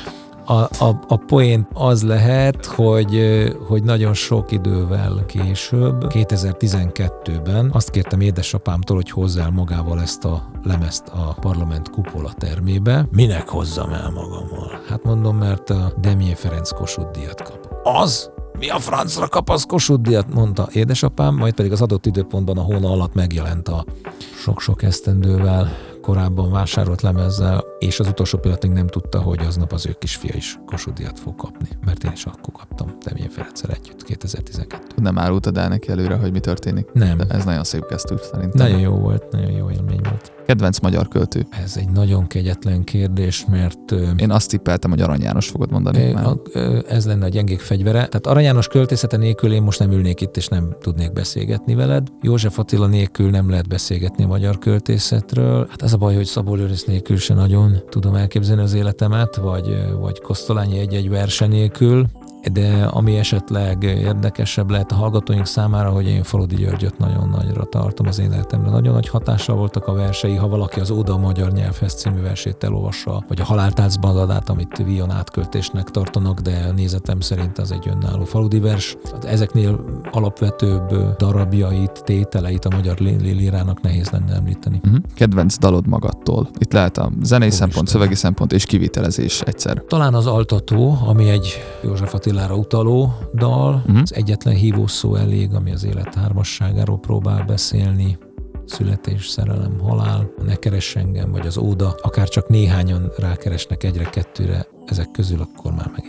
Speaker 3: A, a, a poén az lehet, hogy, hogy nagyon sok idővel később, kétezer-tizenkettőben azt kértem édesapámtól, hogy hozzá el magával ezt a lemezt a parlament kupola termébe. Minek hozzam el magammal? Hát mondom, mert a Demjén Ferenc Kossuth díjat kap. Az? Mi a francra kap az Kossuth díjat, mondta édesapám, majd pedig az adott időpontban a hóna alatt megjelent a sok-sok esztendővel korábban vásárolt lemezzel, és az utolsó pillanatig nem tudta, hogy aznap az ő kisfia is Kossuth díjat fog kapni, mert én is akkor kaptam Demjén Ferenccel együtt kétezer-tizenkettő.
Speaker 2: Nem árultad el neki előre, hogy mi történik?
Speaker 3: Nem.
Speaker 2: De ez nagyon szép gesztus szerintem.
Speaker 3: Nagyon jó volt, nagyon jó élmény volt.
Speaker 2: Kedvenc magyar költő?
Speaker 3: Ez egy nagyon kegyetlen kérdés, mert
Speaker 2: Én azt tippeltem, hogy Arany János fogod mondani.
Speaker 3: ö,
Speaker 2: Már.
Speaker 3: a, ö, ez lenne a gyengék fegyvere. Tehát Arany János költészete nélkül én most nem ülnék itt, és nem tudnék beszélgetni veled. József Attila nélkül nem lehet beszélgetni a magyar költészetről. Hát az a baj, hogy Szabó Lőrinc nélkül se nagyon tudom elképzelni az életemet, vagy, vagy Kosztolányi egy-egy verse nélkül. De ami esetleg érdekesebb lehet a hallgatóink számára, hogy én Faludi Györgyöt nagyon nagyra tartom az én életemre. Nagyon nagy hatással voltak a versei, ha valaki az Óda a magyar nyelvhez című versét elolvassa, vagy a Haláltánc balladát, amit Vion átköltésnek tartanak, de a nézetem szerint az egy önálló faludi vers. Ezeknél alapvetőbb darabjait, tételeit a magyar lírának nehéz lenne említeni.
Speaker 2: Uh-huh. Kedvenc dalod magadtól. Itt lehet a zenei
Speaker 3: Ó,
Speaker 2: szempont,
Speaker 3: Isten.
Speaker 2: szövegi szempont és kivitelezés egyszer.
Speaker 3: Talán az Altató, ami egy József Attilára utaló dal,
Speaker 2: Uh-huh.
Speaker 3: az egyetlen hívószó elég, ami az élet hármasságáról próbál beszélni, születés, szerelem, halál, a Ne keress engem, vagy az Óda, akár csak néhányan rákeresnek egyre-kettőre ezek közül, akkor már megérte.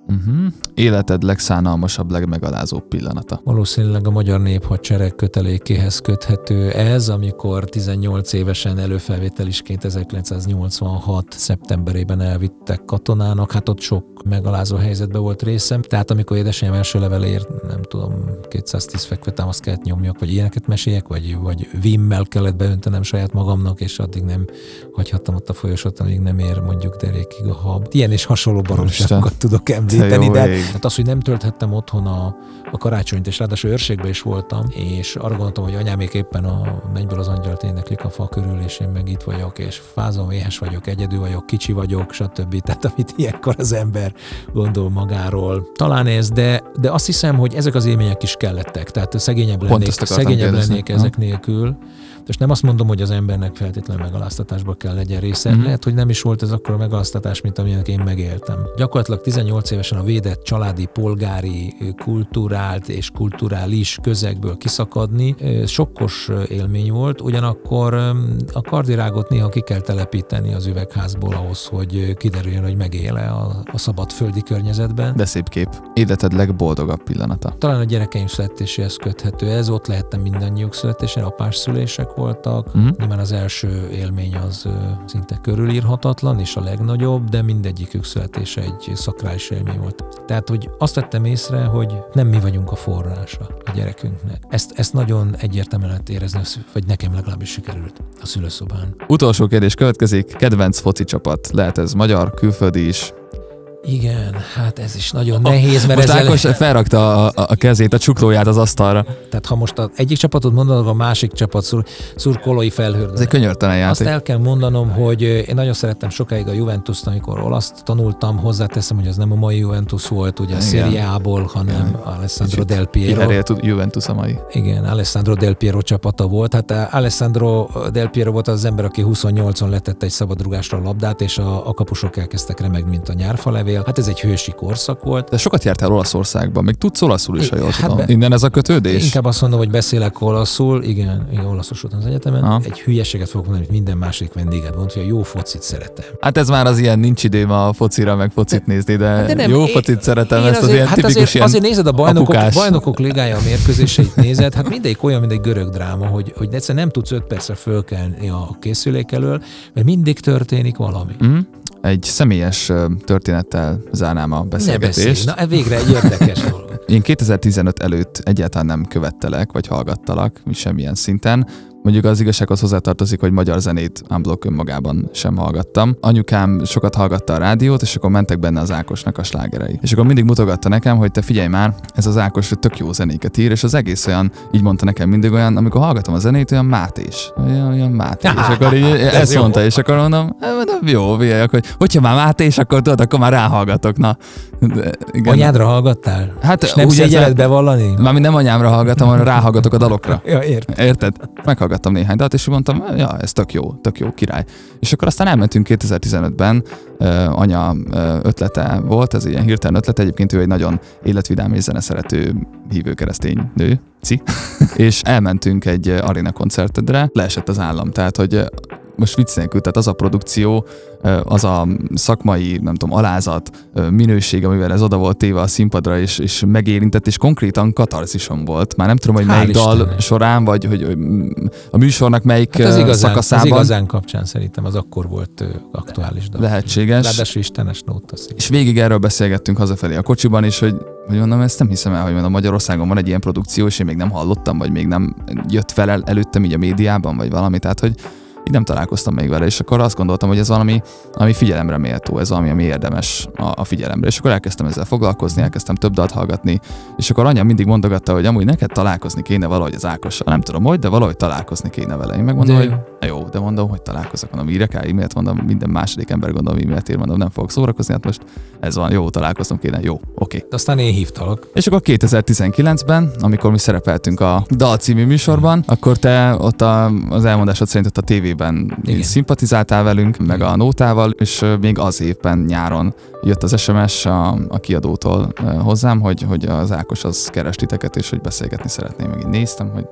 Speaker 2: Uh-huh. Életed legszánalmasabb, legmegalázóbb pillanata.
Speaker 3: Valószínűleg a magyar néphadsereg kötelékéhez köthető ez, amikor tizennyolc évesen előfelvételisként ezerkilencszáznyolcvanhat szeptemberében elvittek katonának, hát ott sok megalázó helyzetben volt részem. Tehát amikor édesanyám első leveléért, nem tudom, kétszáztíz fekvetámaszt kellett nyomjak, vagy ilyeneket meséljek, vagy, vagy vímmel kellett beöntenem saját magamnak, és addig nem hagyhattam ott a folyosót, amíg nem ér mondjuk derékig a hab. Ilyen és hasonló baromságokat tudok említeni, de hát az, hogy nem tölthettem otthon a, a karácsonyt, és ráadásul őrségben is voltam, és arra gondoltam, hogy anyámék éppen a Mennyből az angyalt éneklik a fa körül, és én meg itt vagyok, és fázom, éhes vagyok, egyedül vagyok, kicsi vagyok, stb. Tehát amit ilyenkor az ember gondol magáról. Talán ez, de, de azt hiszem, hogy ezek az élmények is kellettek. Tehát szegényebb lennék, szegényebb lennék ezek nélkül. És nem azt mondom, hogy az embernek feltétlenül megaláztatásba kell legyen része. Mm-hmm. Lehet, hogy nem is volt ez akkor a megaláztatás, mint amilyenek én megéltem. Gyakorlatilag tizennyolc évesen a védett családi, polgári, kulturált és kulturális közegből kiszakadni sokkos élmény volt, ugyanakkor a kardirágot néha ki kell telepíteni az üvegházból ahhoz, hogy kiderüljön, hogy megéle a, a szabad földi környezetben.
Speaker 2: De szép kép. Életed legboldogabb pillanata.
Speaker 3: Talán a gyerekeim születéséhez köthető ez, ott lehettem mindannyiuk születésén, apás szülések voltak. Mm. Nyilván az első élmény az ö, szinte körülírhatatlan, és a legnagyobb, de mindegyikük születése egy szakrális élmény volt. Tehát, hogy azt vettem észre, hogy nem mi vagyunk a forrása a gyerekünknek. Ezt, ezt nagyon egyértelműen lehet érezni, vagy nekem legalábbis sikerült a szülőszobán.
Speaker 2: Utolsó kérdés következik. Kedvenc foci csapat. Lehet ez magyar, külföldi is?
Speaker 3: Igen, hát ez is nagyon nehéz, mert
Speaker 2: most
Speaker 3: ezzel...
Speaker 2: Ákos felrakta a, a kezét, a csuklóját az asztalra.
Speaker 3: Tehát ha most az egyik csapatot mondanak, a másik csapat szur, szurkolói felhőrdenek.
Speaker 2: Ez egy könyörtelen játék.
Speaker 3: Azt el kell mondanom, hogy én nagyon szerettem sokáig a Juventust, amikor olaszt tanultam, hozzáteszem, hogy az nem a mai Juventus volt, ugye a Serie A-ból, hanem igen. Alessandro Del Piero.
Speaker 2: Kiherélt Juventus a mai.
Speaker 3: Igen, Alessandro Del Piero csapata volt. Hát Alessandro Del Piero volt az ember, aki huszonnyolcon letett egy szabadrugásra a labdát, és a, a kapusok elkezdtek remegni, mint a nyárfalevél. Hát ez egy hősi korszak volt.
Speaker 2: De sokat jártál Olaszországban, még tudsz olaszul is, ha jól
Speaker 3: hát
Speaker 2: tudom.
Speaker 3: Be...
Speaker 2: Innen ez a kötődés?
Speaker 3: Inkább azt mondom, hogy beszélek olaszul, igen, én olaszos voltam az egyetemen. Ha. Egy hülyeséget fogok mondani, hogy minden második vendéged mond, hogy a jó focit szeretem.
Speaker 2: Hát ez már az ilyen, nincs idém a focira, meg focit nézni, de, de nem, jó én, focit szeretem, ezt az ilyen
Speaker 3: hát
Speaker 2: tipikus
Speaker 3: azért,
Speaker 2: ilyen
Speaker 3: azért nézed a bajnokok, bajnokok ligája a mérkőzéseit nézed, hát mindegyik olyan, mint egy görög dráma, hogy, hogy egyszerűen nem tudsz öt percre fölkelni a készülék elől, mert mindig történik valami. Mm.
Speaker 2: Egy személyes történettel zárnám a beszélgetést.
Speaker 3: Ne beszélj, na végre egy érdekes dolog.
Speaker 2: Én kétezer-tizenöt előtt egyáltalán nem követtelek, vagy hallgattalak, semmilyen szinten. Mondjuk az igazsághoz hozzátartozik, hogy magyar zenét unblock önmagában sem hallgattam. Anyukám sokat hallgatta a rádiót, és akkor mentek benne az Ákosnak a slágerei. És akkor mindig mutogatta nekem, hogy te figyelj már, ez az Ákos tök jó zenéket ír, és az egész olyan, így mondta nekem mindig olyan, amikor hallgatom a zenét, olyan mátés. Olyan, olyan mátés. És akkor így ezt jó. mondta, és akkor mondom, jó, vigyek, hogy hogyha már mátés, akkor tudod, akkor már ráhallgatok. Na,
Speaker 3: igen. Anyádra hallgattál?
Speaker 2: Hát,
Speaker 3: és nem szégyelled bevallani?
Speaker 2: Mármint nem anyámra hallgatom, hanem ráhallgatok a dalokra.
Speaker 3: Ja, ért.
Speaker 2: Érted? Meghallgattam néhány dalt, és mondtam, ja, ez tök jó, tök jó, király. És akkor aztán elmentünk kétezer-tizenötben, uh, anya uh, ötlete volt, ez ilyen hirtelen ötlet, egyébként ő egy nagyon életvidám és zeneszerető hívő keresztény nő, ci, és elmentünk egy aréna koncertedre, leesett az állam, tehát hogy most vicc nélkül, tehát az a produkció, az a szakmai, nem tudom, alázat, minőség, amivel ez oda volt téve a színpadra, és, és megérintett, és konkrétan katarzisom volt. Már nem tudom, hogy melyik Istennek. dal során, vagy hogy a műsornak melyik hát az igazán, szakaszában.
Speaker 3: Az igazán kapcsán szerintem az akkor volt aktuális dal.
Speaker 2: Lehetséges.
Speaker 3: Ráadásul istenes nóta.
Speaker 2: És végig erről beszélgettünk hazafelé a kocsiban is, hogy hogy mondom, ezt nem hiszem el, hogy mondom, Magyarországon van egy ilyen produkció, és én még nem hallottam, vagy még nem jött fel el, előttem így a médiában, vagy valami, tehát hogy így nem találkoztam még vele, és akkor azt gondoltam, hogy ez valami, ami figyelemre méltó, ez valami, ami érdemes a, a figyelemre. És akkor elkezdtem ezzel foglalkozni, elkezdtem több dalt hallgatni, és akkor anyám mindig mondogatta, hogy amúgy neked találkozni kéne valahogy az Ákossal. Nem tudom, hogy, de valahogy találkozni kéne vele. Én megmondom, de hogy jó, de mondom, hogy találkozok, mondom, írek el e-mailt, mondom, minden második ember gondolom e-mailt ír, mondom, nem fogok szórakozni, hát most ez van, jó, találkoznom kéne, jó, oké. Okay.
Speaker 3: Aztán én hívtalak.
Speaker 2: És akkor kétezer-tizenkilencben, amikor mi szerepeltünk a Dal című műsorban, akkor te ott a, az elmondásod szerint ott a tévében igen. szimpatizáltál velünk, igen. meg a Nótával, és még az évben nyáron jött az es em es a, a kiadótól hozzám, hogy, hogy az Ákos az keres titeket, és hogy beszélgetni szeretném, meg így néztem, hogy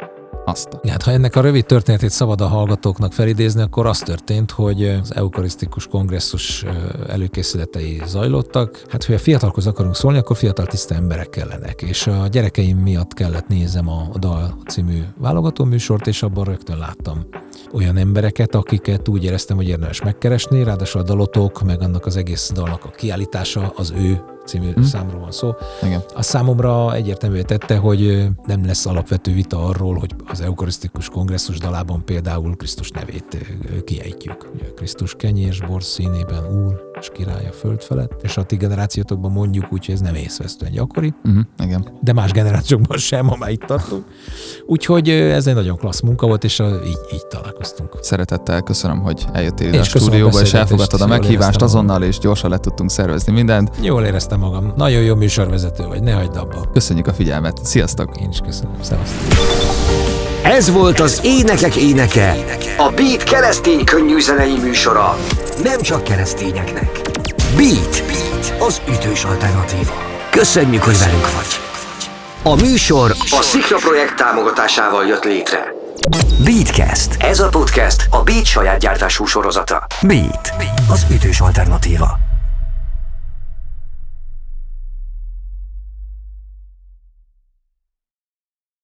Speaker 2: Azt a...
Speaker 3: Hát, ha ennek a rövid történetét szabad a hallgatóknak felidézni, akkor az történt, hogy az eukarisztikus kongresszus előkészületei zajlottak. Hát, hogy a fiatalokhoz akarunk szólni, akkor fiatal tiszta emberek kellenek. És a gyerekeim miatt kellett nézem a Dal című válogatóműsort, és abban rögtön láttam olyan embereket, akiket úgy éreztem, hogy érdemes megkeresni, ráadásul a dalotok, meg annak az egész dalnak a kiállítása, az ő című hmm. számról van szó.
Speaker 2: Igen.
Speaker 3: A számomra egyértelművé tette, hogy nem lesz alapvető vita arról, hogy az eukarisztikus kongresszus dalában például Krisztus nevét kiejtjük. Ugye Krisztus kenyér bor színében úr és király a föld felett, és a ti generációtokban mondjuk úgy, hogy ez nem észvesztően gyakori,
Speaker 2: Uh-huh. Igen.
Speaker 3: de más generációkban sem, ha már itt tartunk. Úgyhogy ez egy nagyon klassz munka volt, és így, így találkoztunk.
Speaker 2: Szeretettel köszönöm, hogy eljöttél ide
Speaker 3: Én
Speaker 2: a
Speaker 3: is köszönöm a
Speaker 2: stúdióba, és
Speaker 3: beszélgetést,
Speaker 2: elfogadtad a
Speaker 3: jól
Speaker 2: meghívást
Speaker 3: éreztem
Speaker 2: azonnal, és gyorsan le tudtunk szervezni mindent.
Speaker 3: Jól éreztem magam. Nagyon jó műsorvezető vagy, ne hagyd abba.
Speaker 2: Köszönjük a figyelmet. Sziasztok!
Speaker 3: Én is köszönöm. Szevasztok.
Speaker 1: Ez volt az Énekek Éneke, a Beat keresztény könnyű zenei műsora. Nem csak keresztényeknek. Beat, Beat, az ütős alternatíva. Köszönjük, hogy velünk vagy. A műsor a Szikra projekt támogatásával jött létre. Beatcast. Ez a podcast a Beat saját gyártású sorozata. Beat, az ütős alternatíva.